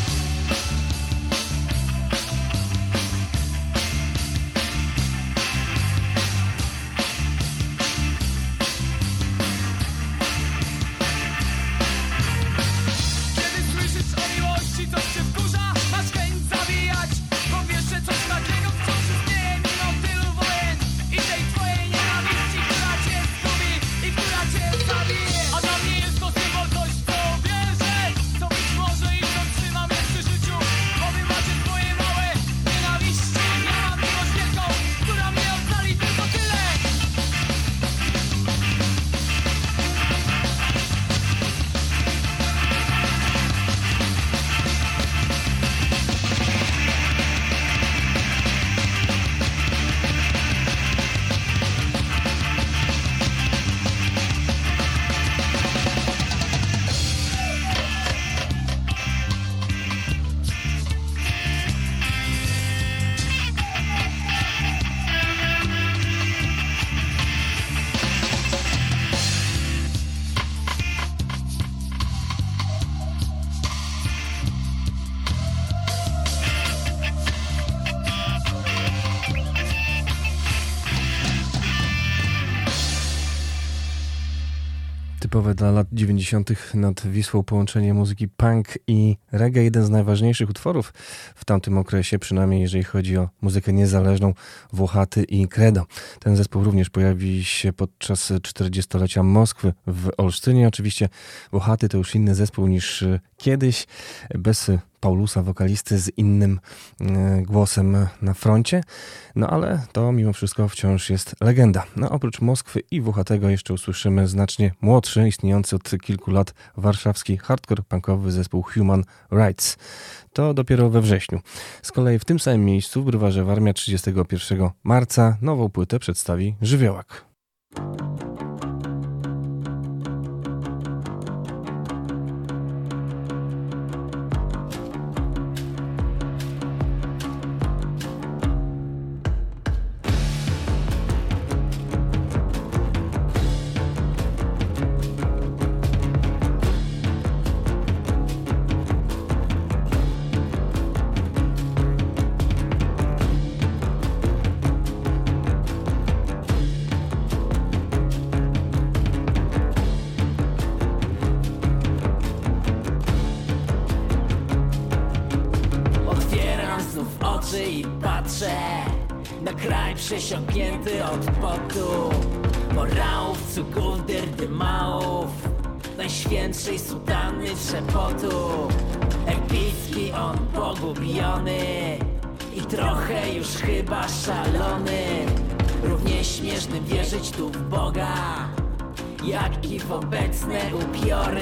Kiedy słyszysz o miłości, coś cię wkurza, masz chęć zabijać, bo wiesz, że coś takiego wciąż istnieje mimo tylu wojen i tej twojej nienawiści, która cię zgubi i która cię zabije. A dla mnie jest to symbol, coś w co wierzę, co być może i co trzyma mnie przy życiu. Bo wy macie swoje małe nienawiści, ja mam miłość wielką, która mnie ocali, tylko tyle. Typowe dla lat 90. nad Wisłą połączenie muzyki punk i reggae. Jeden z najważniejszych utworów w tamtym okresie, przynajmniej jeżeli chodzi o muzykę niezależną, Włochaty i Credo. Ten zespół również pojawi się podczas 40-lecia Moskwy w Olsztynie. Oczywiście Włochaty to już inny zespół niż kiedyś, bez Paulusa, wokalisty z innym głosem na froncie, no ale to mimo wszystko wciąż jest legenda. No oprócz Moskwy i Włochatego jeszcze usłyszymy znacznie młodszy, istniejący od kilku lat warszawski hardcore punkowy zespół Human Rights. To dopiero we wrześniu. Z kolei w tym samym miejscu w Browarze Warmia 31 marca nową płytę przedstawi Żywiołak. przesiąknięty od potu, morałów, cuków, dyrdymałów, najświętszej sutanny trzepotu. Epicki on pogubiony i trochę już chyba szalony. Równie śmiesznym wierzyć tu w Boga, jak i w obecne upiory.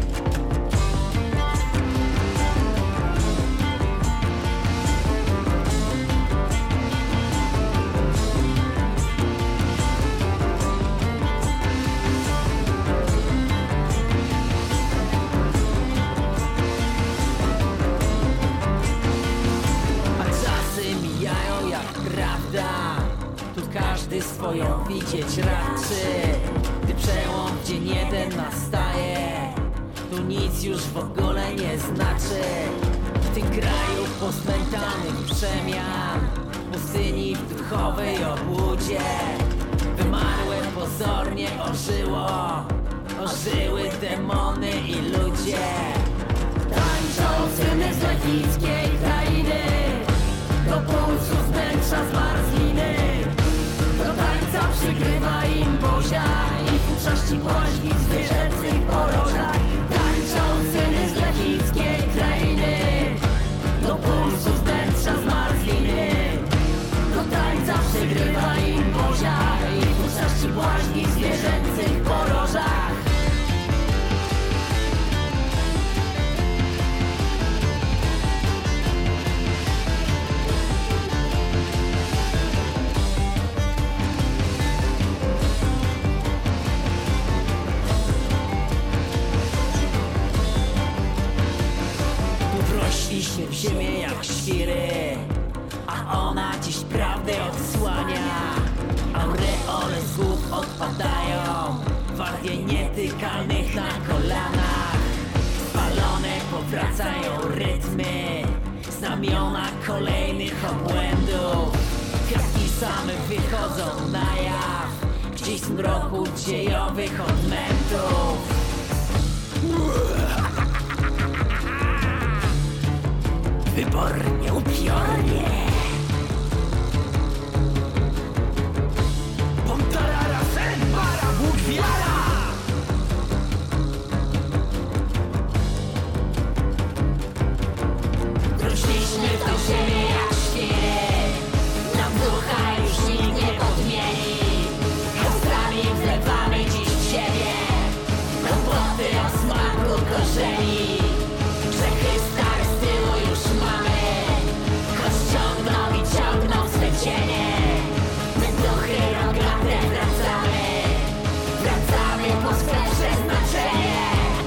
Każdy swoją widzieć raczy, gdy przełom w dzień jeden nastaje, tu nic już w ogóle nie znaczy. W tym kraju posmętanych przemian, pustyni w duchowej obłudzie, wymarłe pozornie ożyły demony i ludzie. Tańczą syny z lecickiej krainy, do pulsu wnętrza zmarzliny. Do tańca przygrywa im Bozia i w uczości błaźni w zwierzęcych porożach. Tańczą syny z lecickiej krainy, do pulsu wnętrza zmarzliny. Do tańca przygrywa im Bozia i w uczości błaźni w zwierzęcych porożach. Rośliśmy w ziemię jak świry, a ona dziś prawdę odsłania. Aureole z głów odpadają, gwardie nietykalnych na kolanach. Spalone powracają rytmy, znamiona kolejnych obłędów. Kwiatki same wychodzą na jaw, gdzieś z mroku dziejowych odmętów. Wybornie, upiornie. Pontarara, sen, para, Bóg wiara. Rośliśmy w tą ziemię jak świry, nam ducha już nikt nie podmieni. Siostrami wlewamy dziś w siebie kompoty o smaku korzeni. Grzechy stare z tyłu już mamy, choć ciągną i ciągną swe cienie. My duchy rogate wracamy po swe przeznaczenie.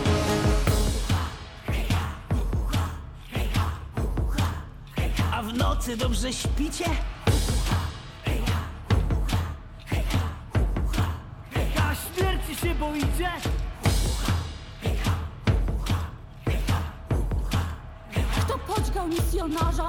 A w nocy dobrze śpicie? A śmierci się boicie? Kto podźgał misjonarza?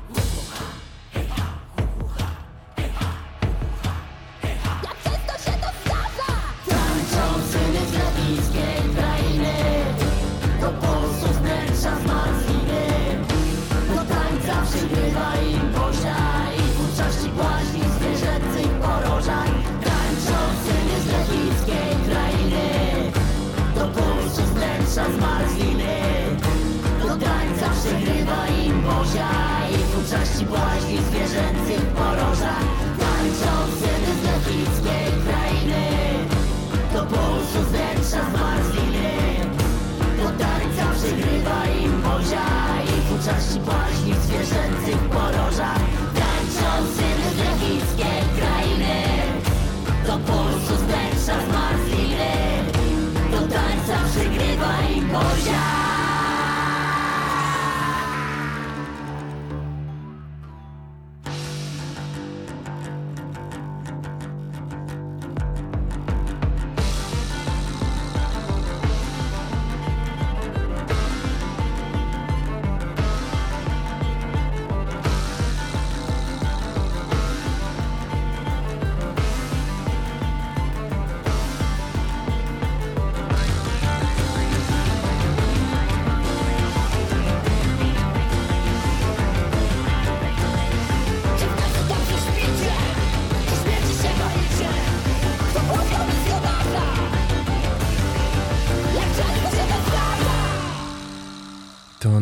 Jak często się to zdarza? Tańczą syny z lecickiej krainy, do pulsu wnętrza zmarzliny. Do tańca przygrywa im Bozia i w uczości błaźni w zwierzęcych porożach. Tańczą syny z lecickiej krainy, do pulsu wnętrza zmarzliny. Do tańca przygrywa im Bozia i w uczości błaźni w zwierzęcych porożach. Tańczą syny z lecickiej krainy, do pulsu wnętrza zmarzliny. Do tańca przygrywa im Bozia i w uczości błaźni w zwierzęcych porożach. Tańczą syny z lecickiej krainy, do pulsu wnętrza zmarzliny. Do tańca przygrywa im Bozia.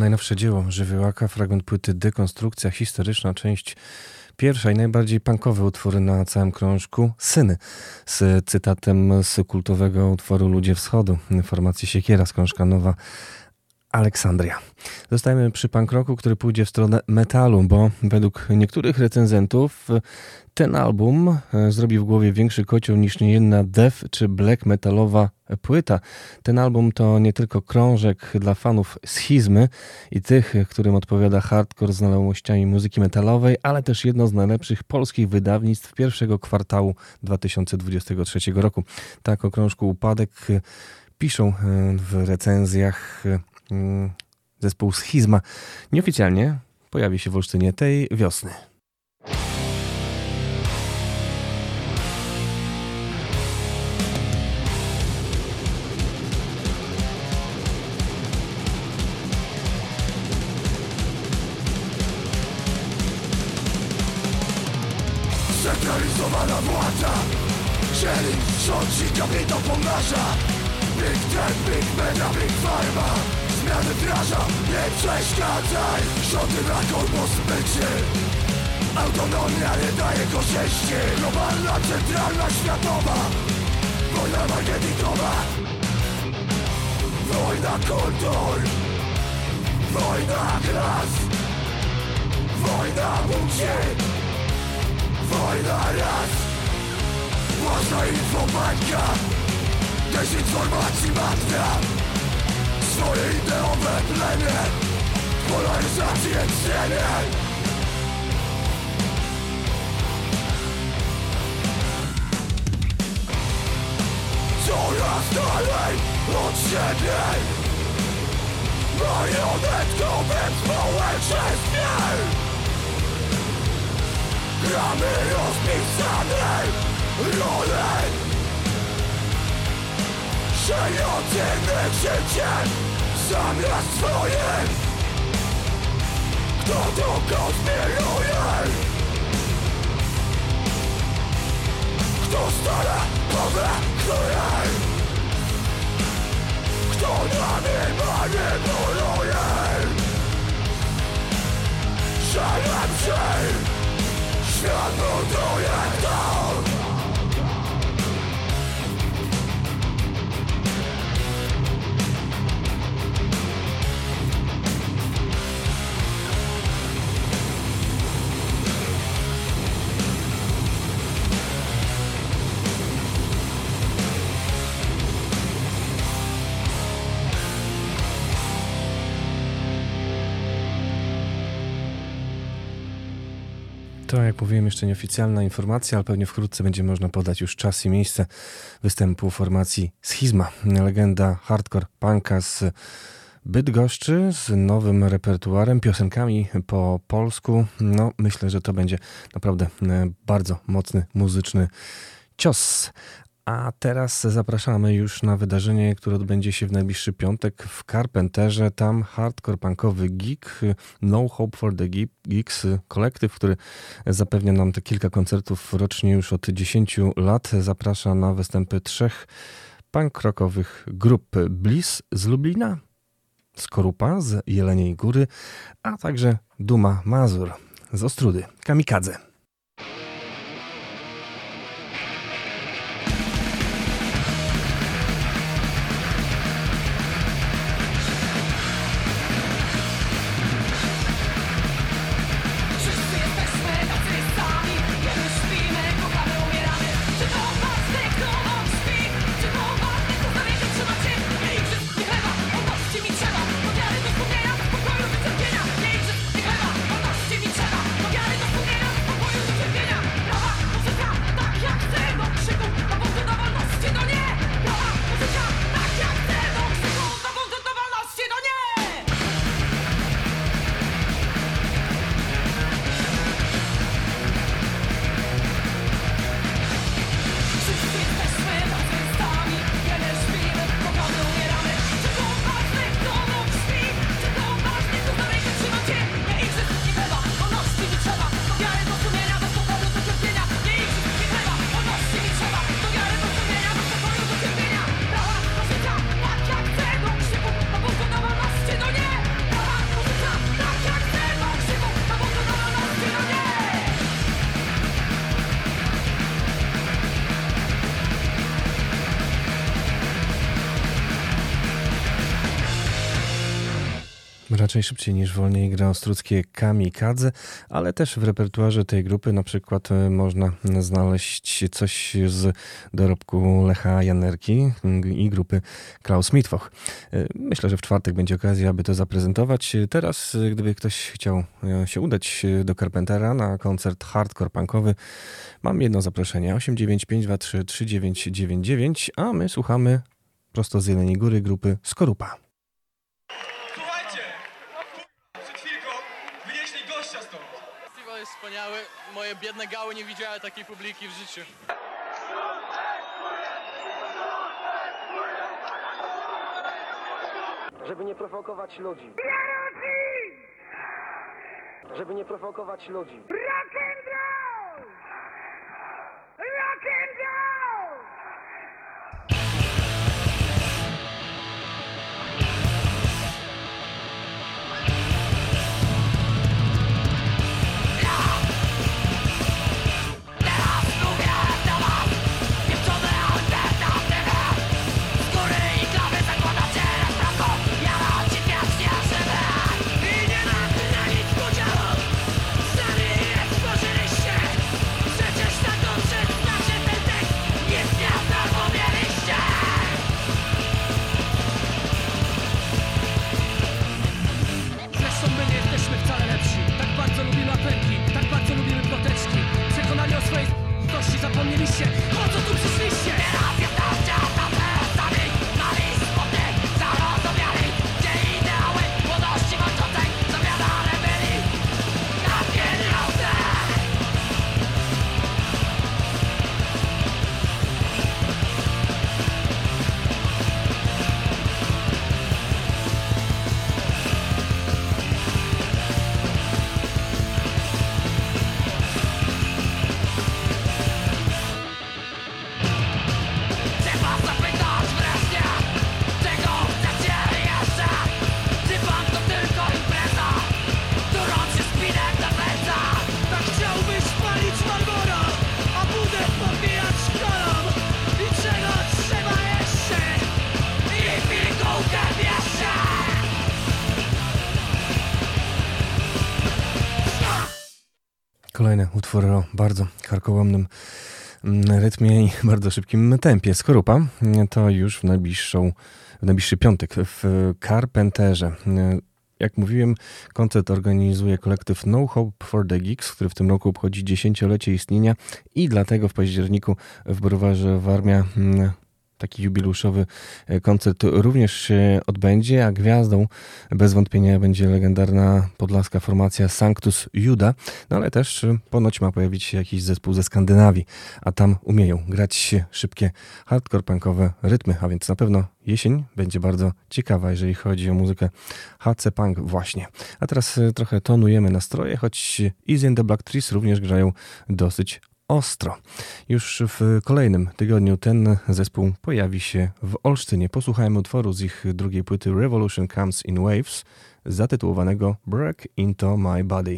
najnowsze dzieło Żywiołaka, fragment płyty Dekonstrukcja historyczna, część pierwsza i najbardziej punkowe utwory na całym krążku, Syny, z cytatem z kultowego utworu Ludzie Wschodu, formacji Siekiera z krążka Nowa Aleksandria. Zostajemy przy punk rocku, który pójdzie w stronę metalu, bo według niektórych recenzentów ten album zrobi w głowie większy kocioł niż niejedna death czy black metalowa płyta. Ten album to nie tylko krążek dla fanów schizmy i tych, którym odpowiada hardcore z znajomościami muzyki metalowej, ale też jedno z najlepszych polskich wydawnictw pierwszego kwartału 2023 roku. Tak o krążku Upadek piszą w recenzjach zespół Schizma. Nieoficjalnie pojawi się w Olsztynie tej wiosny. Centralizowana władza dzieli, rządzi, kapitał pomnaża. Big Tech, Big Media, Big Pharma zmiany wdraża, nie przeszkadzaj. Rządy na korpus byczy, autonomia nie daje korzyści. Globalna, centralna, światowa wojna marketingowa, wojna kultur, wojna klas, wojna płci, wojna ras. Własna infobańka, dezinformacji matka, swoje ideowe plemię, polaryzację cenię. Coraz dalej od siebie, marionetkowym społeczeństwie. Gramy rozpisane role, żyjących życiem zamiast swoim. Kto tu konspiruje? Kto stara powędruje? Kto nami manipuluje? Że lepszy świat buduje kto? To, jak mówiłem, jeszcze nieoficjalna informacja, ale pewnie wkrótce będzie można podać już czas i miejsce występu formacji Schizma. Legenda hardcore punka z Bydgoszczy z nowym repertuarem, piosenkami po polsku. No, myślę, że to będzie naprawdę bardzo mocny muzyczny cios. A teraz zapraszamy już na wydarzenie, które odbędzie się w najbliższy piątek w Carpenterze. Tam hardcore punkowy geek, No Hope for the Geeks, kolektyw, który zapewnia nam te kilka koncertów rocznie już od 10 lat. Zaprasza na występy 3 punk rockowych grup: Bliss z Lublina, Skorupa z Jeleniej Góry, a także Duma Mazur z Ostródy, Kamikadze. Pokoju, wycierpienia, nie igrzysk, nie chleba, wolności mi trzeba. Raczej szybciej niż wolniej gra ostruckie Kamikadze, ale też w repertuarze tej grupy na przykład można znaleźć coś z dorobku Lecha Janerki i grupy Klaus Mittwoch. Myślę, że w czwartek będzie okazja, aby to zaprezentować. Teraz, gdyby ktoś chciał się udać do Carpentera na koncert hardcore punkowy, mam jedno zaproszenie: 89523 3999, a my słuchamy prosto z Jeleniej Góry grupy Skorupa. Festiwal jest wspaniały, moje biedne gały nie widziały takiej publiki w życiu. Żeby nie prowokować ludzi. Żeby nie prowokować ludzi. Rock and roll! Rock and roll! Zapomnieliście, po co tu przyszliście? Teraz jesteście tacy mali, smutni, zarozumiali, gdzie ideały młodości walczącej zamiadane byli na pieniądze. Kolejny utwór o bardzo karkołomnym rytmie i bardzo szybkim tempie. Skorupa to już w najbliższy piątek w Carpenterze. Jak mówiłem, koncert organizuje kolektyw No Hope for the Geeks, który w tym roku obchodzi 10-lecie istnienia i dlatego w październiku w Browarze Warmia taki jubileuszowy koncert również się odbędzie, a gwiazdą bez wątpienia będzie legendarna podlaska formacja Sanctus Juda, no ale też ponoć ma pojawić się jakiś zespół ze Skandynawii, a tam umieją grać szybkie hardcore punkowe rytmy, a więc na pewno jesień będzie bardzo ciekawa, jeżeli chodzi o muzykę HC Punk właśnie. A teraz trochę tonujemy nastroje, choć Easy and the Black Trees również grają dosyć ostro. Już w kolejnym tygodniu ten zespół pojawi się w Olsztynie. Posłuchajmy utworu z ich drugiej płyty Revolution Comes in Waves, zatytułowanego Break Into My Body.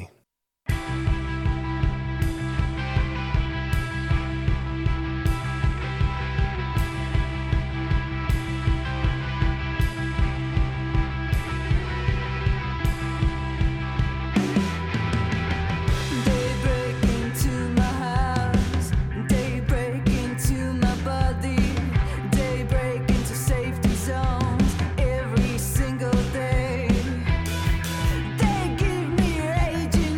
They give me rage.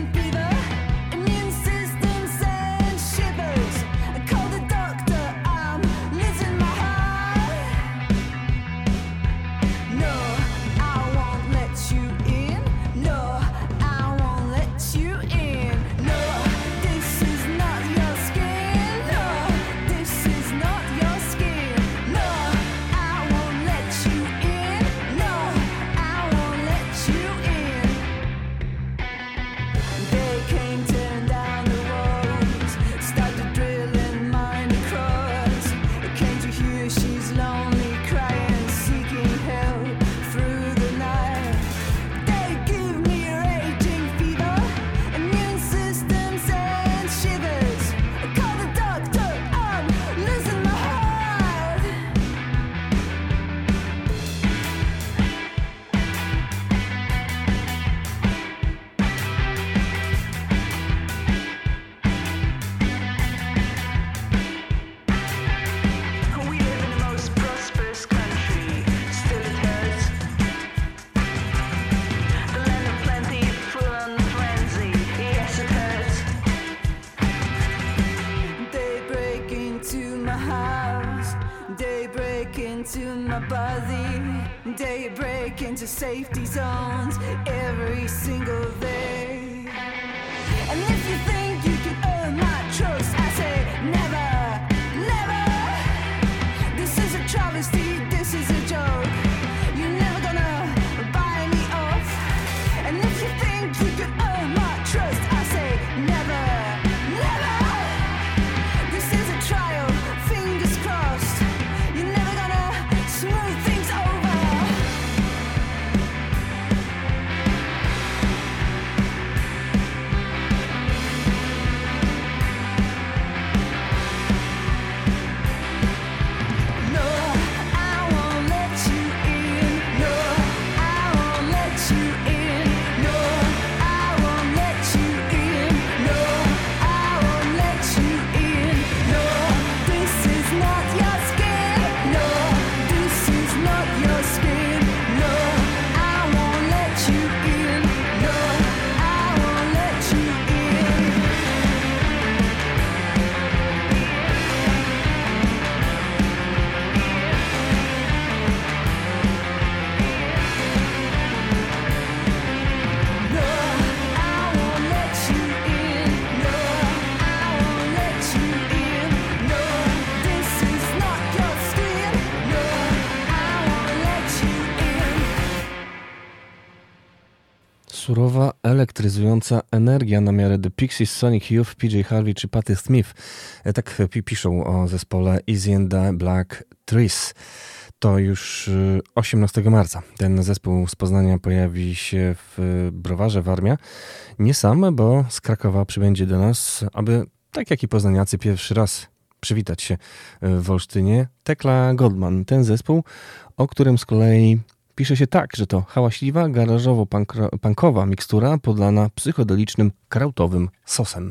Daybreak into my body, daybreak into safety zones every single day. And if you think you can earn my trust, I say never, never. This is a travesty, this is a joke. You're never gonna buy me off. And if you think you can earn my trust, I say never, never. This is a trial, fingers crossed. You're never gonna smooth things over. Surowa, elektryzująca energia na miarę The Pixies, Sonic Youth, PJ Harvey czy Patti Smith. Tak piszą o zespole Easy and the Black Trees. To już 18 marca. Ten zespół z Poznania pojawi się w Browarze Warmia. Nie sam, bo z Krakowa przybędzie do nas, aby, tak jak i poznaniacy, pierwszy raz przywitać się w Olsztynie. Tekla Goldman, ten zespół, o którym z kolei pisze się tak, że to hałaśliwa, garażowo-punkowa mikstura podlana psychodelicznym, krautowym sosem.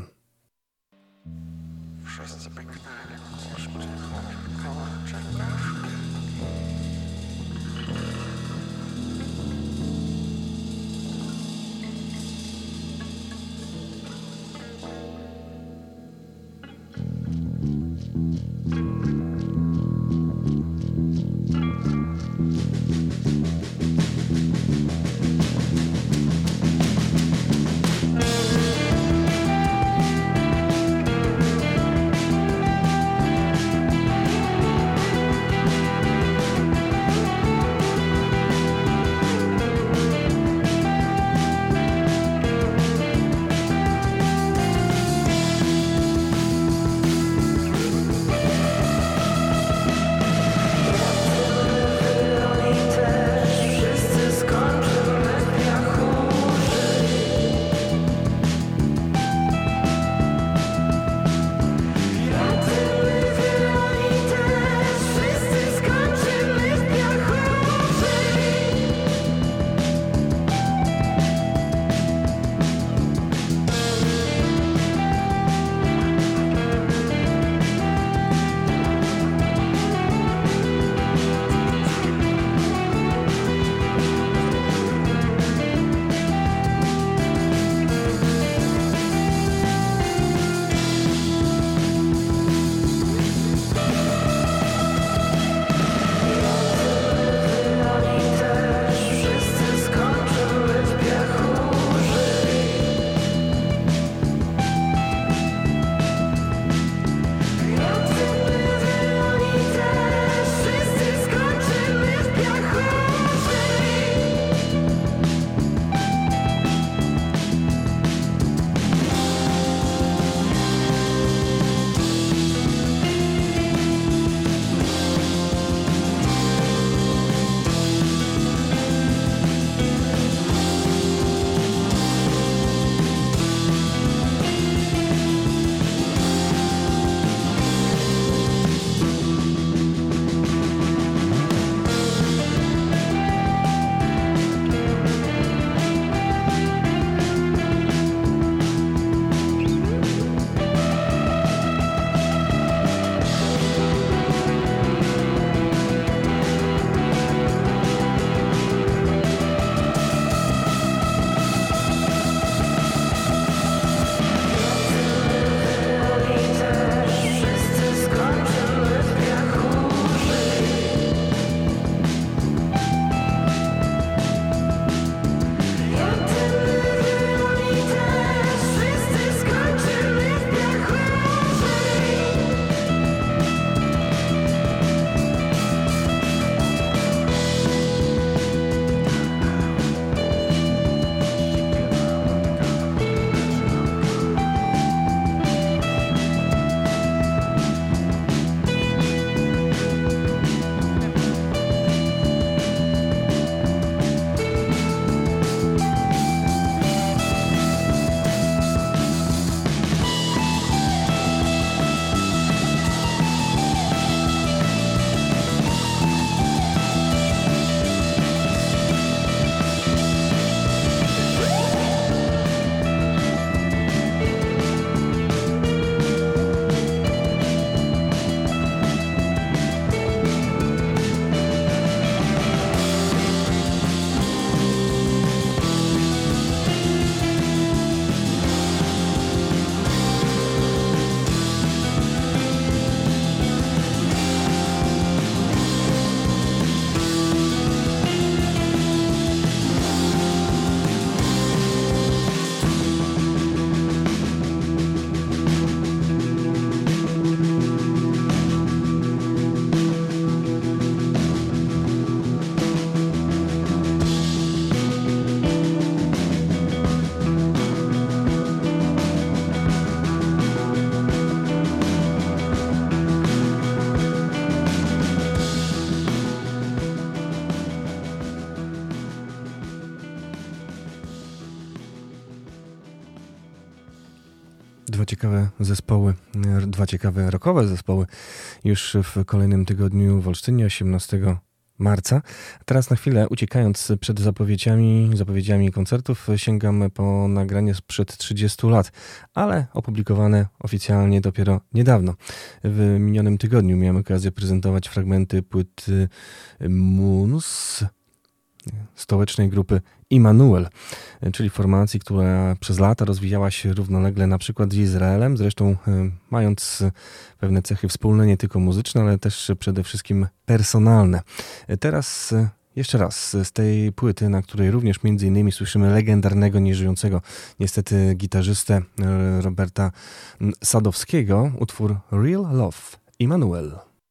Dwa ciekawe rockowe zespoły już w kolejnym tygodniu w Olsztynie 18 marca. Teraz na chwilę, uciekając przed zapowiedziami koncertów, sięgam po nagranie sprzed 30 lat, ale opublikowane oficjalnie dopiero niedawno. W minionym tygodniu miałem okazję prezentować fragmenty płyty Moons stołecznej grupy Immanuel, czyli formacji, która przez lata rozwijała się równolegle na przykład z Izraelem, zresztą mając pewne cechy wspólne, nie tylko muzyczne, ale też przede wszystkim personalne. Teraz jeszcze raz z tej płyty, na której również między innymi słyszymy legendarnego, nieżyjącego niestety gitarzystę Roberta Sadowskiego, utwór Real Love, Immanuel.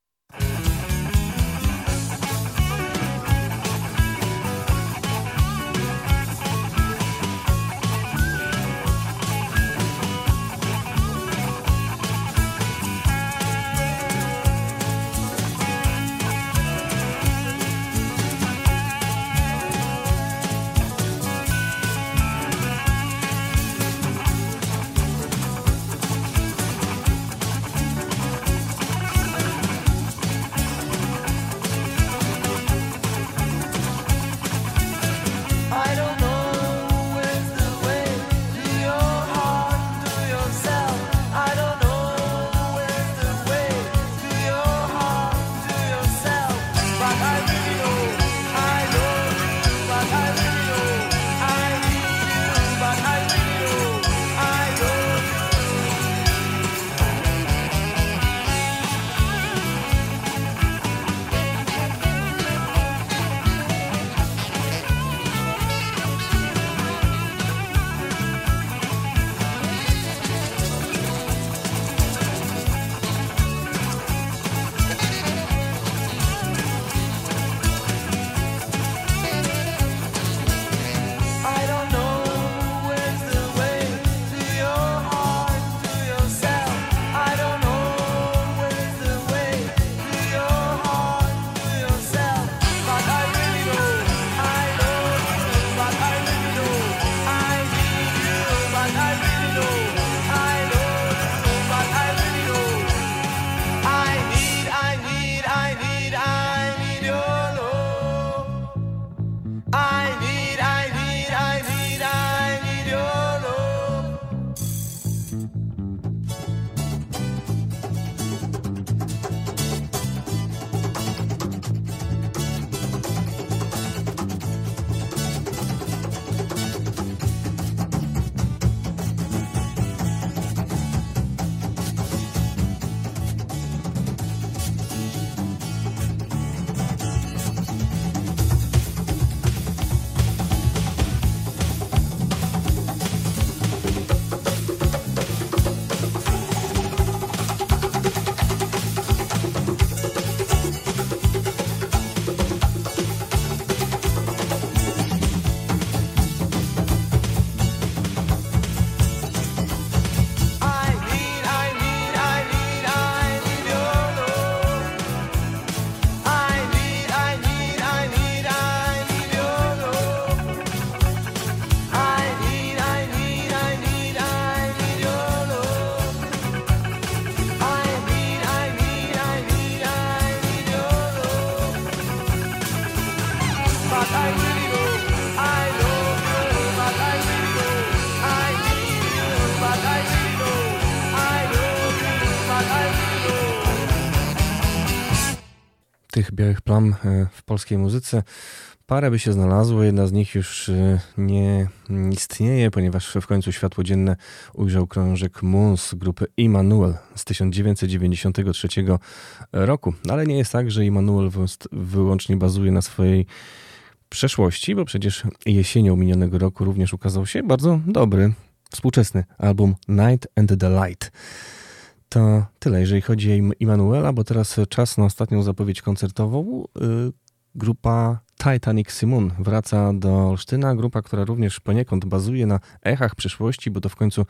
Tych białych plam w polskiej muzyce parę by się znalazło, jedna z nich już nie istnieje, ponieważ w końcu światło dzienne ujrzał krążek Moons grupy Immanuel z 1993 roku. Ale nie jest tak, że Immanuel wyłącznie bazuje na swojej przeszłości, bo przecież jesienią minionego roku również ukazał się bardzo dobry, współczesny album Night and the Light. To tyle, jeżeli chodzi o Immanuela, bo teraz czas na ostatnią zapowiedź koncertową. Grupa Titanic Simoon wraca do Olsztyna. Grupa, która również poniekąd bazuje na echach przeszłości, bo to w końcu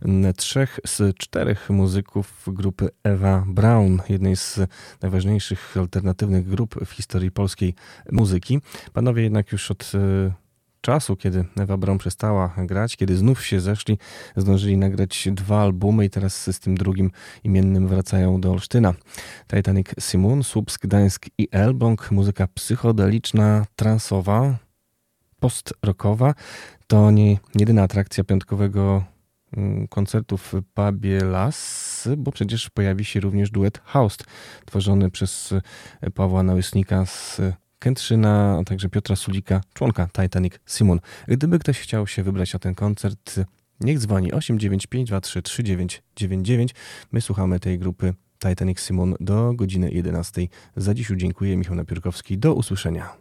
3 z 4 muzyków grupy Ewa Braun, jednej z najważniejszych alternatywnych grup w historii polskiej muzyki. Panowie jednak już od czasu, kiedy Ewa Braun przestała grać, kiedy znów się zeszli, zdążyli nagrać 2 albumy i teraz z tym drugim imiennym wracają do Olsztyna. Titanic Simoon, Słupsk, Gdańsk i Elbląg, muzyka psychodeliczna, transowa, post-rockowa. To nie jedyna atrakcja piątkowego koncertu w pubie Las, bo przecież pojawi się również duet Haust, tworzony przez Pawła Nałysnika z Kętrzyna, a także Piotra Sulika, członka Titanic Simoon. Gdyby ktoś chciał się wybrać na ten koncert, niech dzwoni 895233999. My słuchamy tej grupy Titanic Simoon do godziny 11. Za dziś dziękuję. Michał Napiórkowski. Do usłyszenia.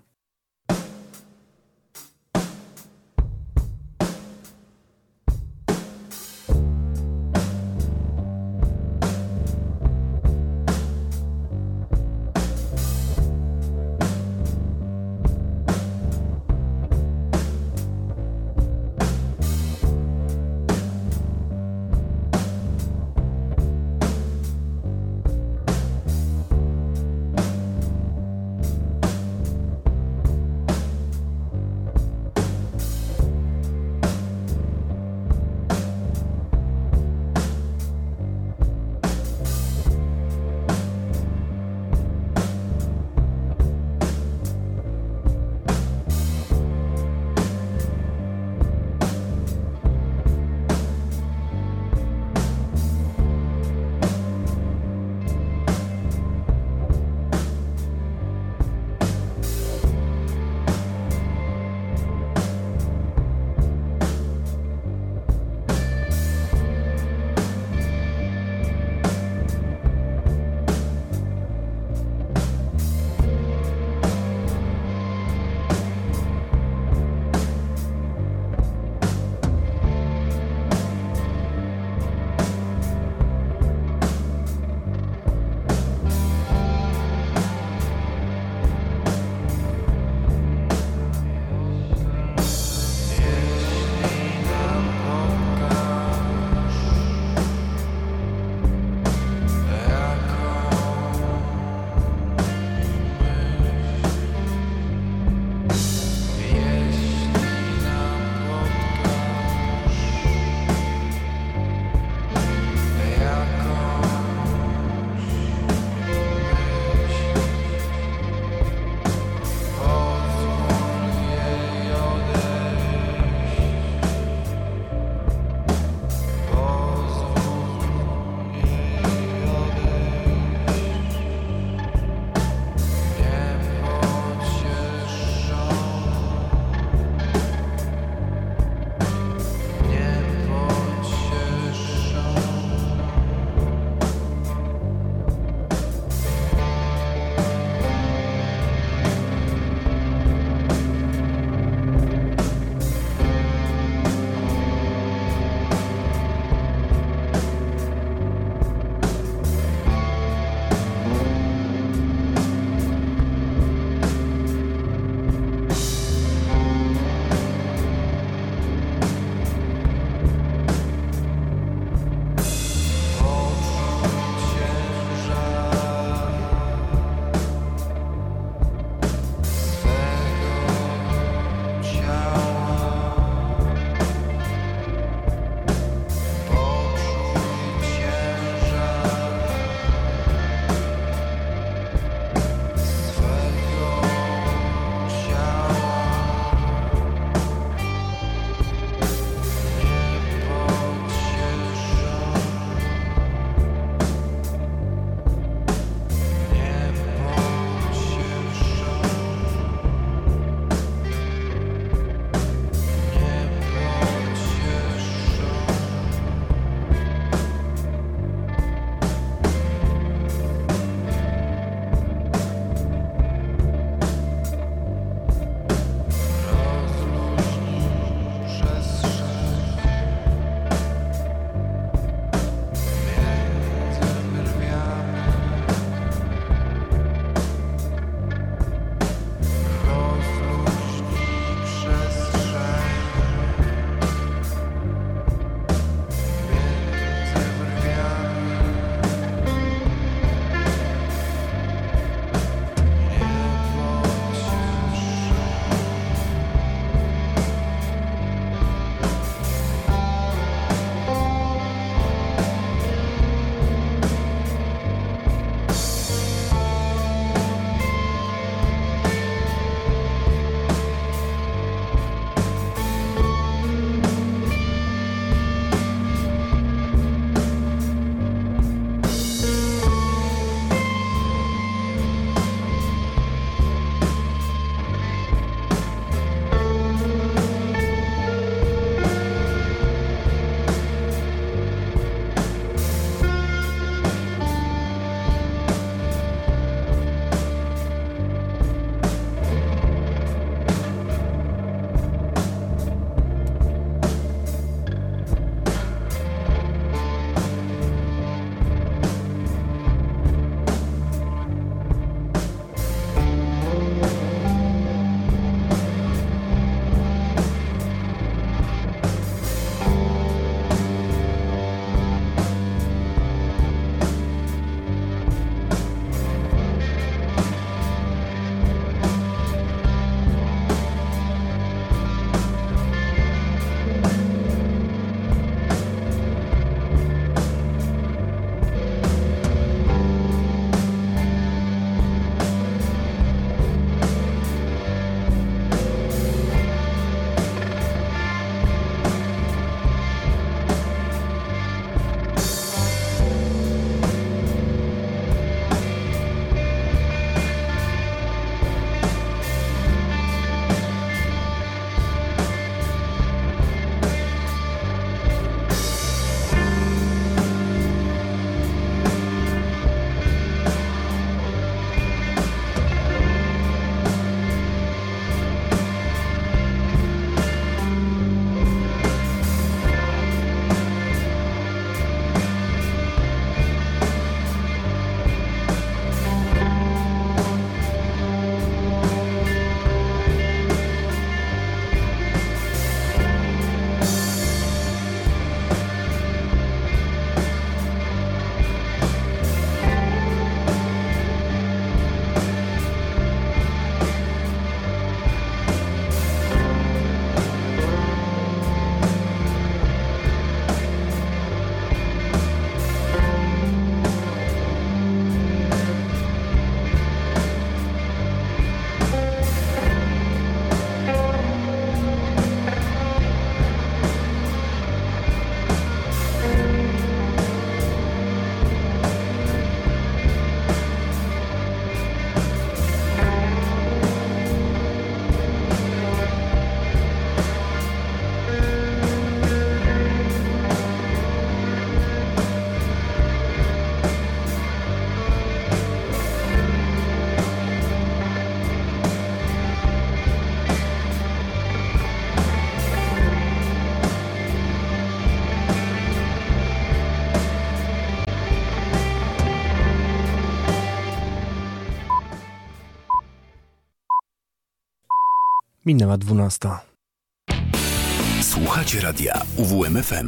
minęła 12. Słuchacie radia UWMFM.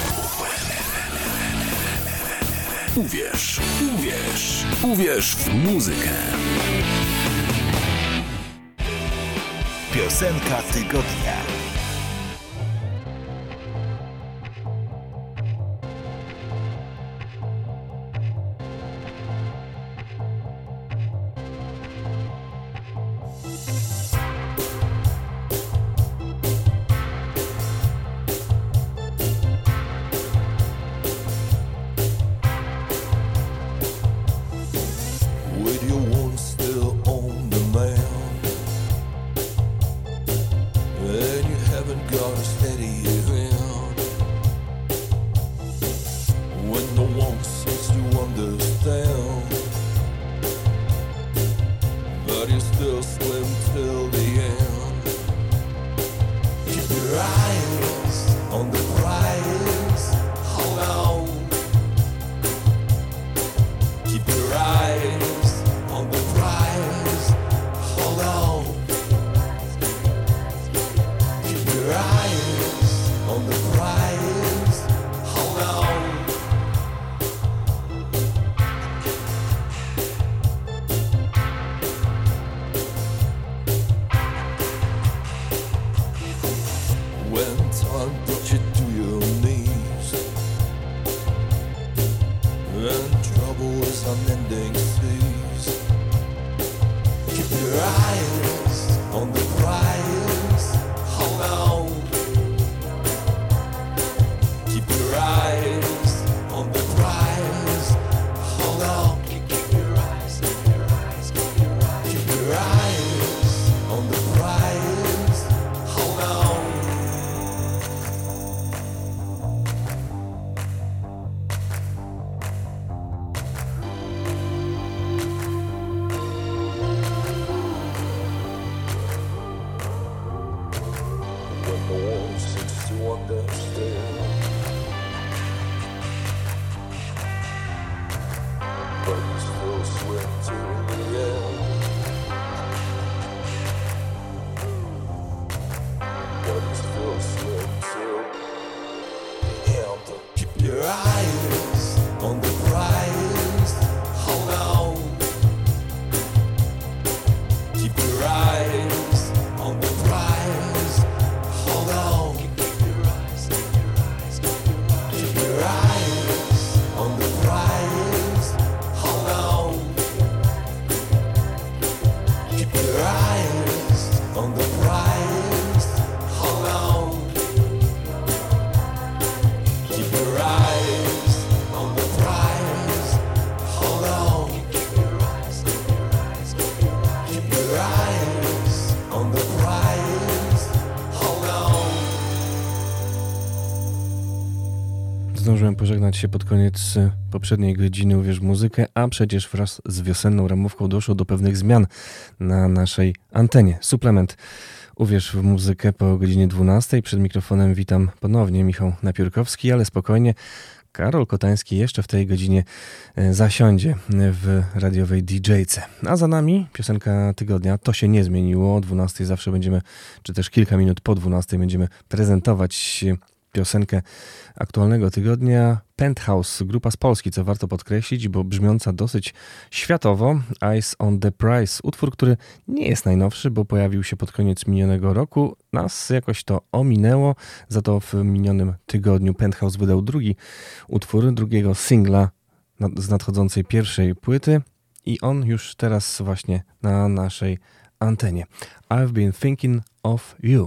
Uwierz, uwierz, uwierz w muzykę. Piosenka tygodnia. Zdążyłem pożegnać się pod koniec poprzedniej godziny Uwierz w muzykę, a przecież wraz z wiosenną ramówką doszło do pewnych zmian na naszej antenie. Suplement Uwierz w muzykę po godzinie 12. Przed mikrofonem witam ponownie Michał Napiórkowski, ale spokojnie. Karol Kotański jeszcze w tej godzinie zasiądzie w radiowej DJ-ce. A za nami piosenka tygodnia. To się nie zmieniło. O 12 zawsze będziemy, czy też kilka minut po 12 będziemy prezentować piosenkę aktualnego tygodnia. Penthouse, grupa z Polski, co warto podkreślić, bo brzmiąca dosyć światowo. Eyes on the Prize, utwór, który nie jest najnowszy, bo pojawił się pod koniec minionego roku. Nas jakoś to ominęło, za to w minionym tygodniu Penthouse wydał drugi utwór, drugiego singla z nadchodzącej pierwszej płyty i on już teraz właśnie na naszej antenie. I've been thinking of you.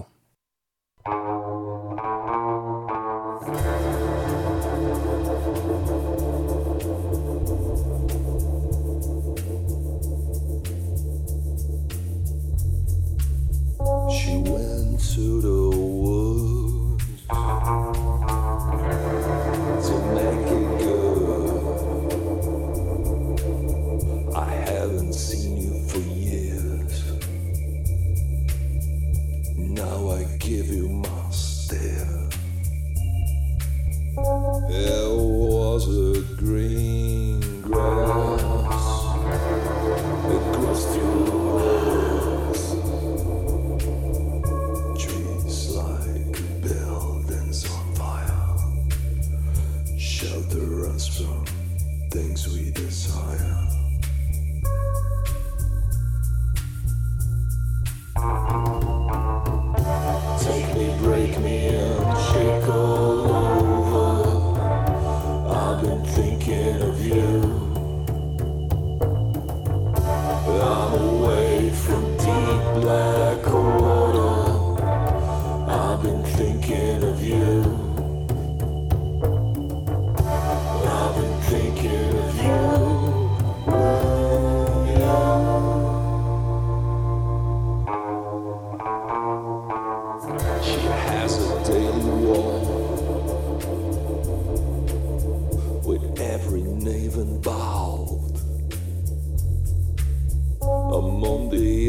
She went to the woods to make it good. I haven't seen you for years. Now I give you my stare. There was a green grass that grows through the walls.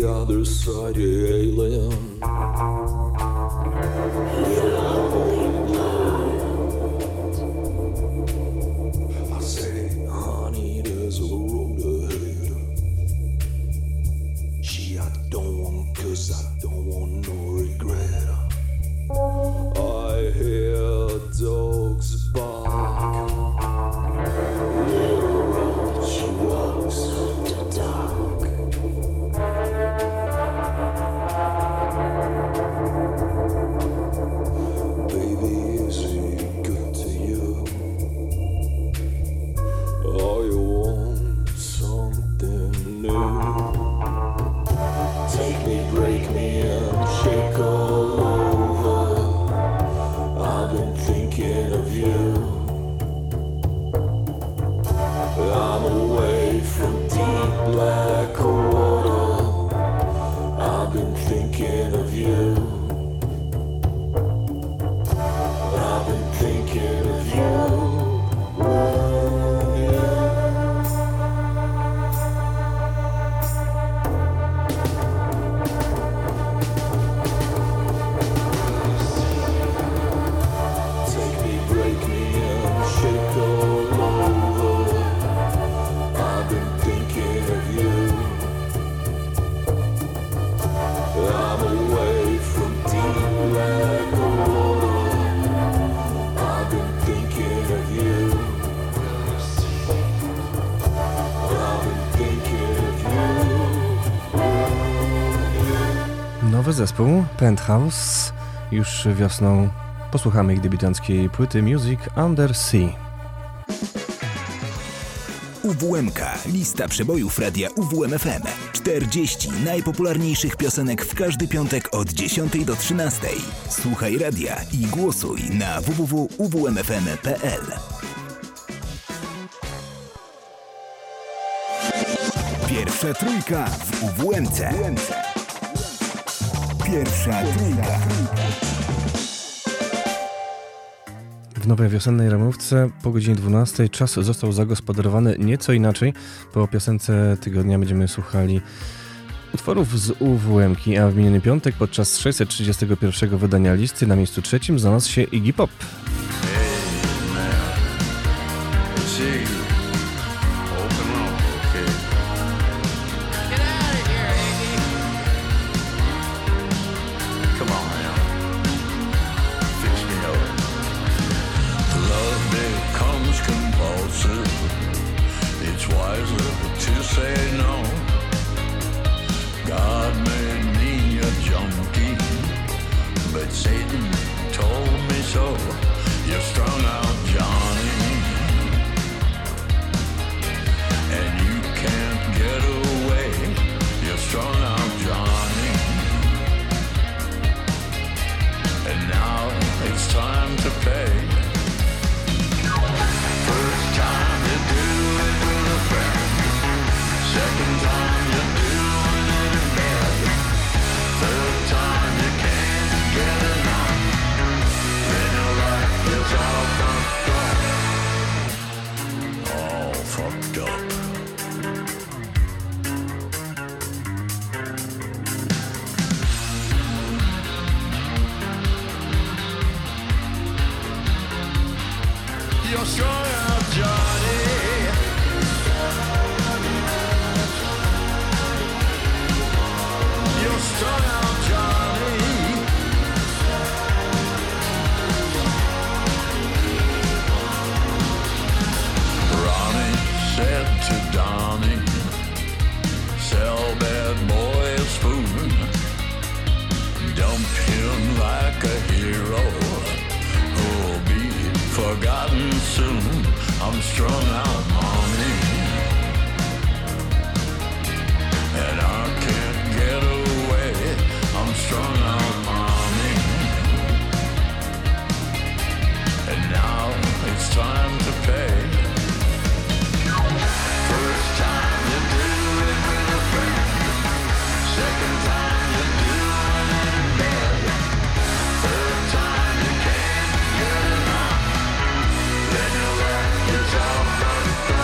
other side, alien. I say, honey, there's a road ahead. Gee, I don't want, 'cause I don't want no regret. I hear dogs bark. She walks the dark. Baby, is it good to you? Or you want something new? Take me, break me, and shake all over. I've been thinking of you. I'm away from deep black water. I've been thinking of you. I've been thinking of you. Take me, break me, and shake all over. I've been thinking of you. I'm away from deep black water. I've been thinking of you. I've been thinking of you. Nowy zespół Penthouse już wiosną. Posłuchamy ich debiutanckiej płyty Music Under Sea. UWMK. Lista przebojów radia UWMFM. 40 najpopularniejszych piosenek w każdy piątek od 10 do 13. Słuchaj radia i głosuj na www.uwmfm.pl. Pierwsza trójka w UWMC. Pierwsza trójka. W nowej wiosennej ramówce po godzinie 12 czas został zagospodarowany nieco inaczej. Po piosence tygodnia będziemy słuchali utworów z UWM-ki, a w miniony piątek podczas 631 wydania listy na miejscu trzecim znalazł się Iggy Pop. Then you let yourself go.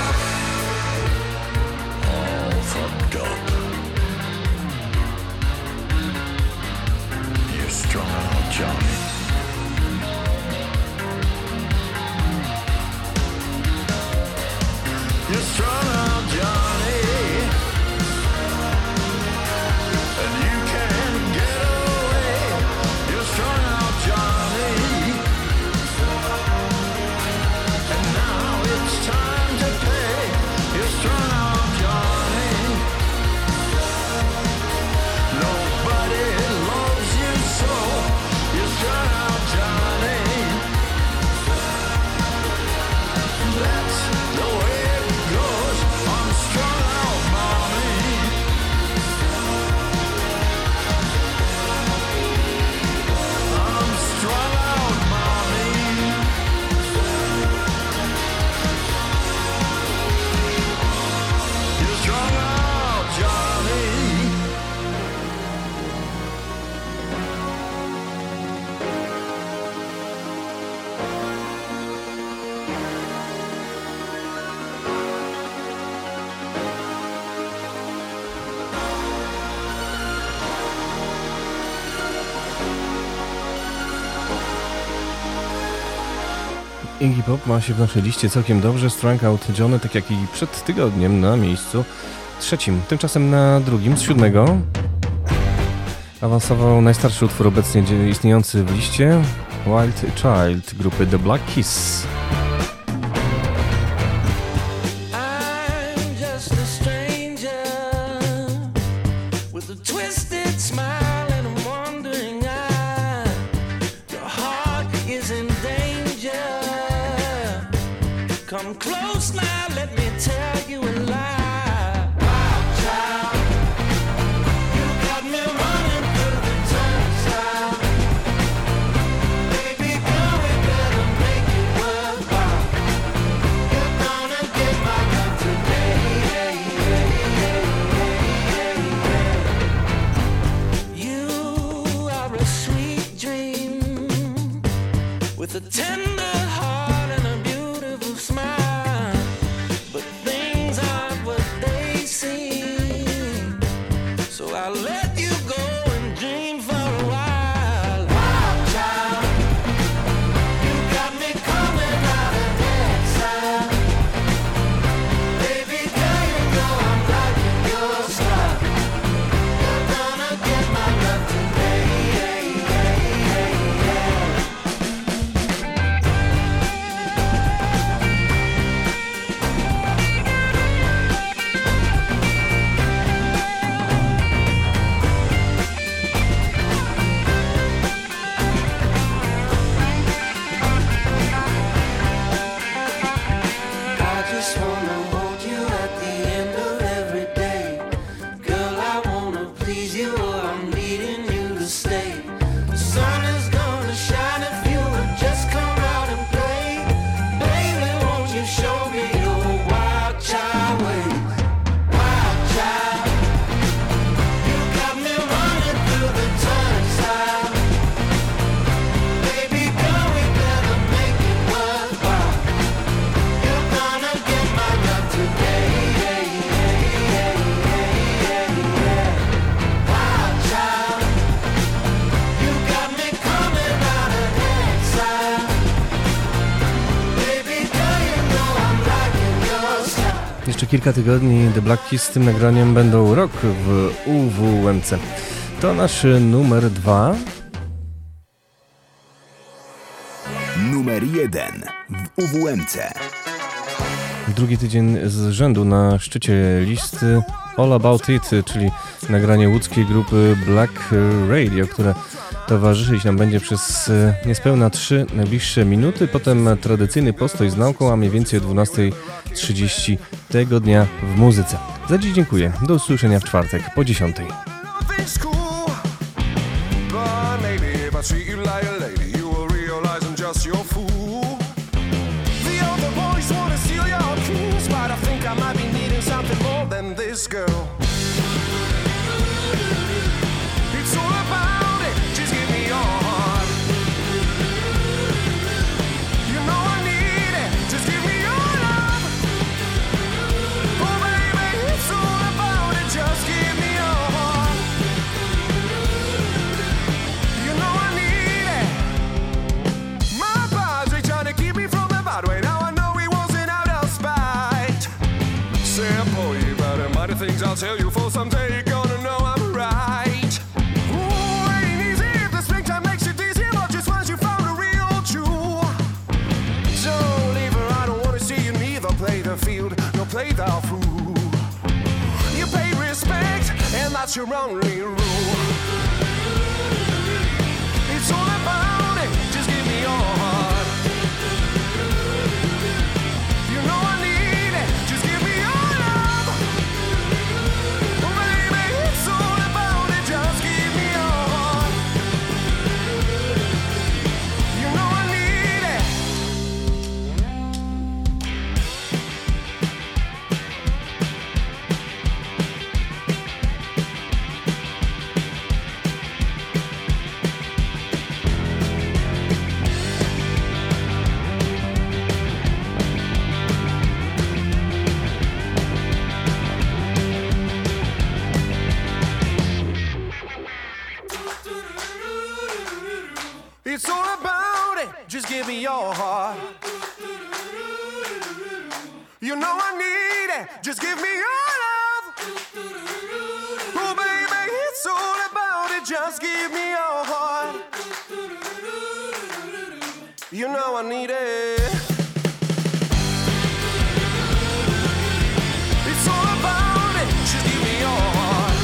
Iggy Pop ma się w naszej liście całkiem dobrze. Strung Out Johnny, tak jak i przed tygodniem, na miejscu 3. Tymczasem na 2. z 7 awansował najstarszy utwór obecnie istniejący w liście, Wild Child grupy The Black Keys. Come close now, let me tell you a lie. Wild child, you got me running through the turnstile. Baby girl, we better make it worthwhile. You're gonna get my love today. You are a sweet dream with a tender heart and a beautiful smile, but things aren't what they seem, so I'll let you go and dream for a while. Wild child, you got me coming out of exile. Baby girl, you know I'm liking your style. You're gonna get my love today. I just wanna hold you at the end of every day. Girl, I wanna please you or I'm needing you to stay. The sun is gonna shine if you would just come out and play. Baby, won't you show me your wild child ways? Wild child, you got me running through the turnstile. Baby girl, we better make it worthwhile. You're gonna get my love today. Wild child, you got me coming out of exile. Baby girl, you know I'm liking your style. Jeszcze kilka tygodni The Black Keys z tym nagraniem będą rok w UWMC. To nasz numer 2. Numer 1 w UWMC. Drugi tydzień z rzędu na szczycie listy All About It, czyli nagranie łódzkiej grupy Black Radio, które towarzyszyć nam będzie przez niespełna 3 najbliższe minuty. Potem tradycyjny postoj z nauką, a mniej więcej o 12:30 tego dnia w muzyce. Za dziś dziękuję. Do usłyszenia w czwartek po 10:00. It's cool, but maybe if I treat you like a lady, you will realize I'm just your fool. The other boys wanna steal your keys, but I think I might be needing something more than this girl. It's all about it, just give me your heart. You know I need it, just give me your love. Oh baby, it's all about it, just give me your heart. You know I need it. My padre trying to keep me from the bad way. Now I know he wasn't out of spite. Say, boy, you better mind the things I'll tell you, for someday you're gonna know I'm right. Ooh, ain't easy if the springtime makes you dizzy, but just once you found a real jewel. Don't leave her, I don't wanna see you neither play the field, nor play the fool. You pay respect, and that's your only rule. It's all about it, just give me your heart. You know I need it, just give me your love. Oh baby, it's all about it, just give me your heart. You know I need it. It's all about it, just give me your heart. You know I need it. Just give me your love. Oh, baby, it's all about it. Just give me your heart. You know I need it. It's all about it. Just give me your heart.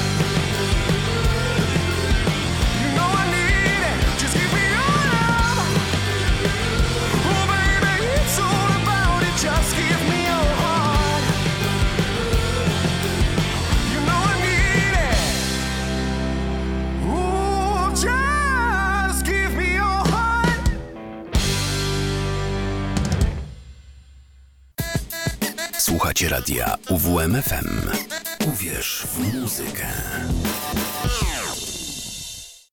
You know I need it. Just give me your love. Oh, baby, it's all about it. Just give me your heart. You know I need it. Ooh, just give me your heart. Słuchacie radia UWMFM. Uwierz w muzykę.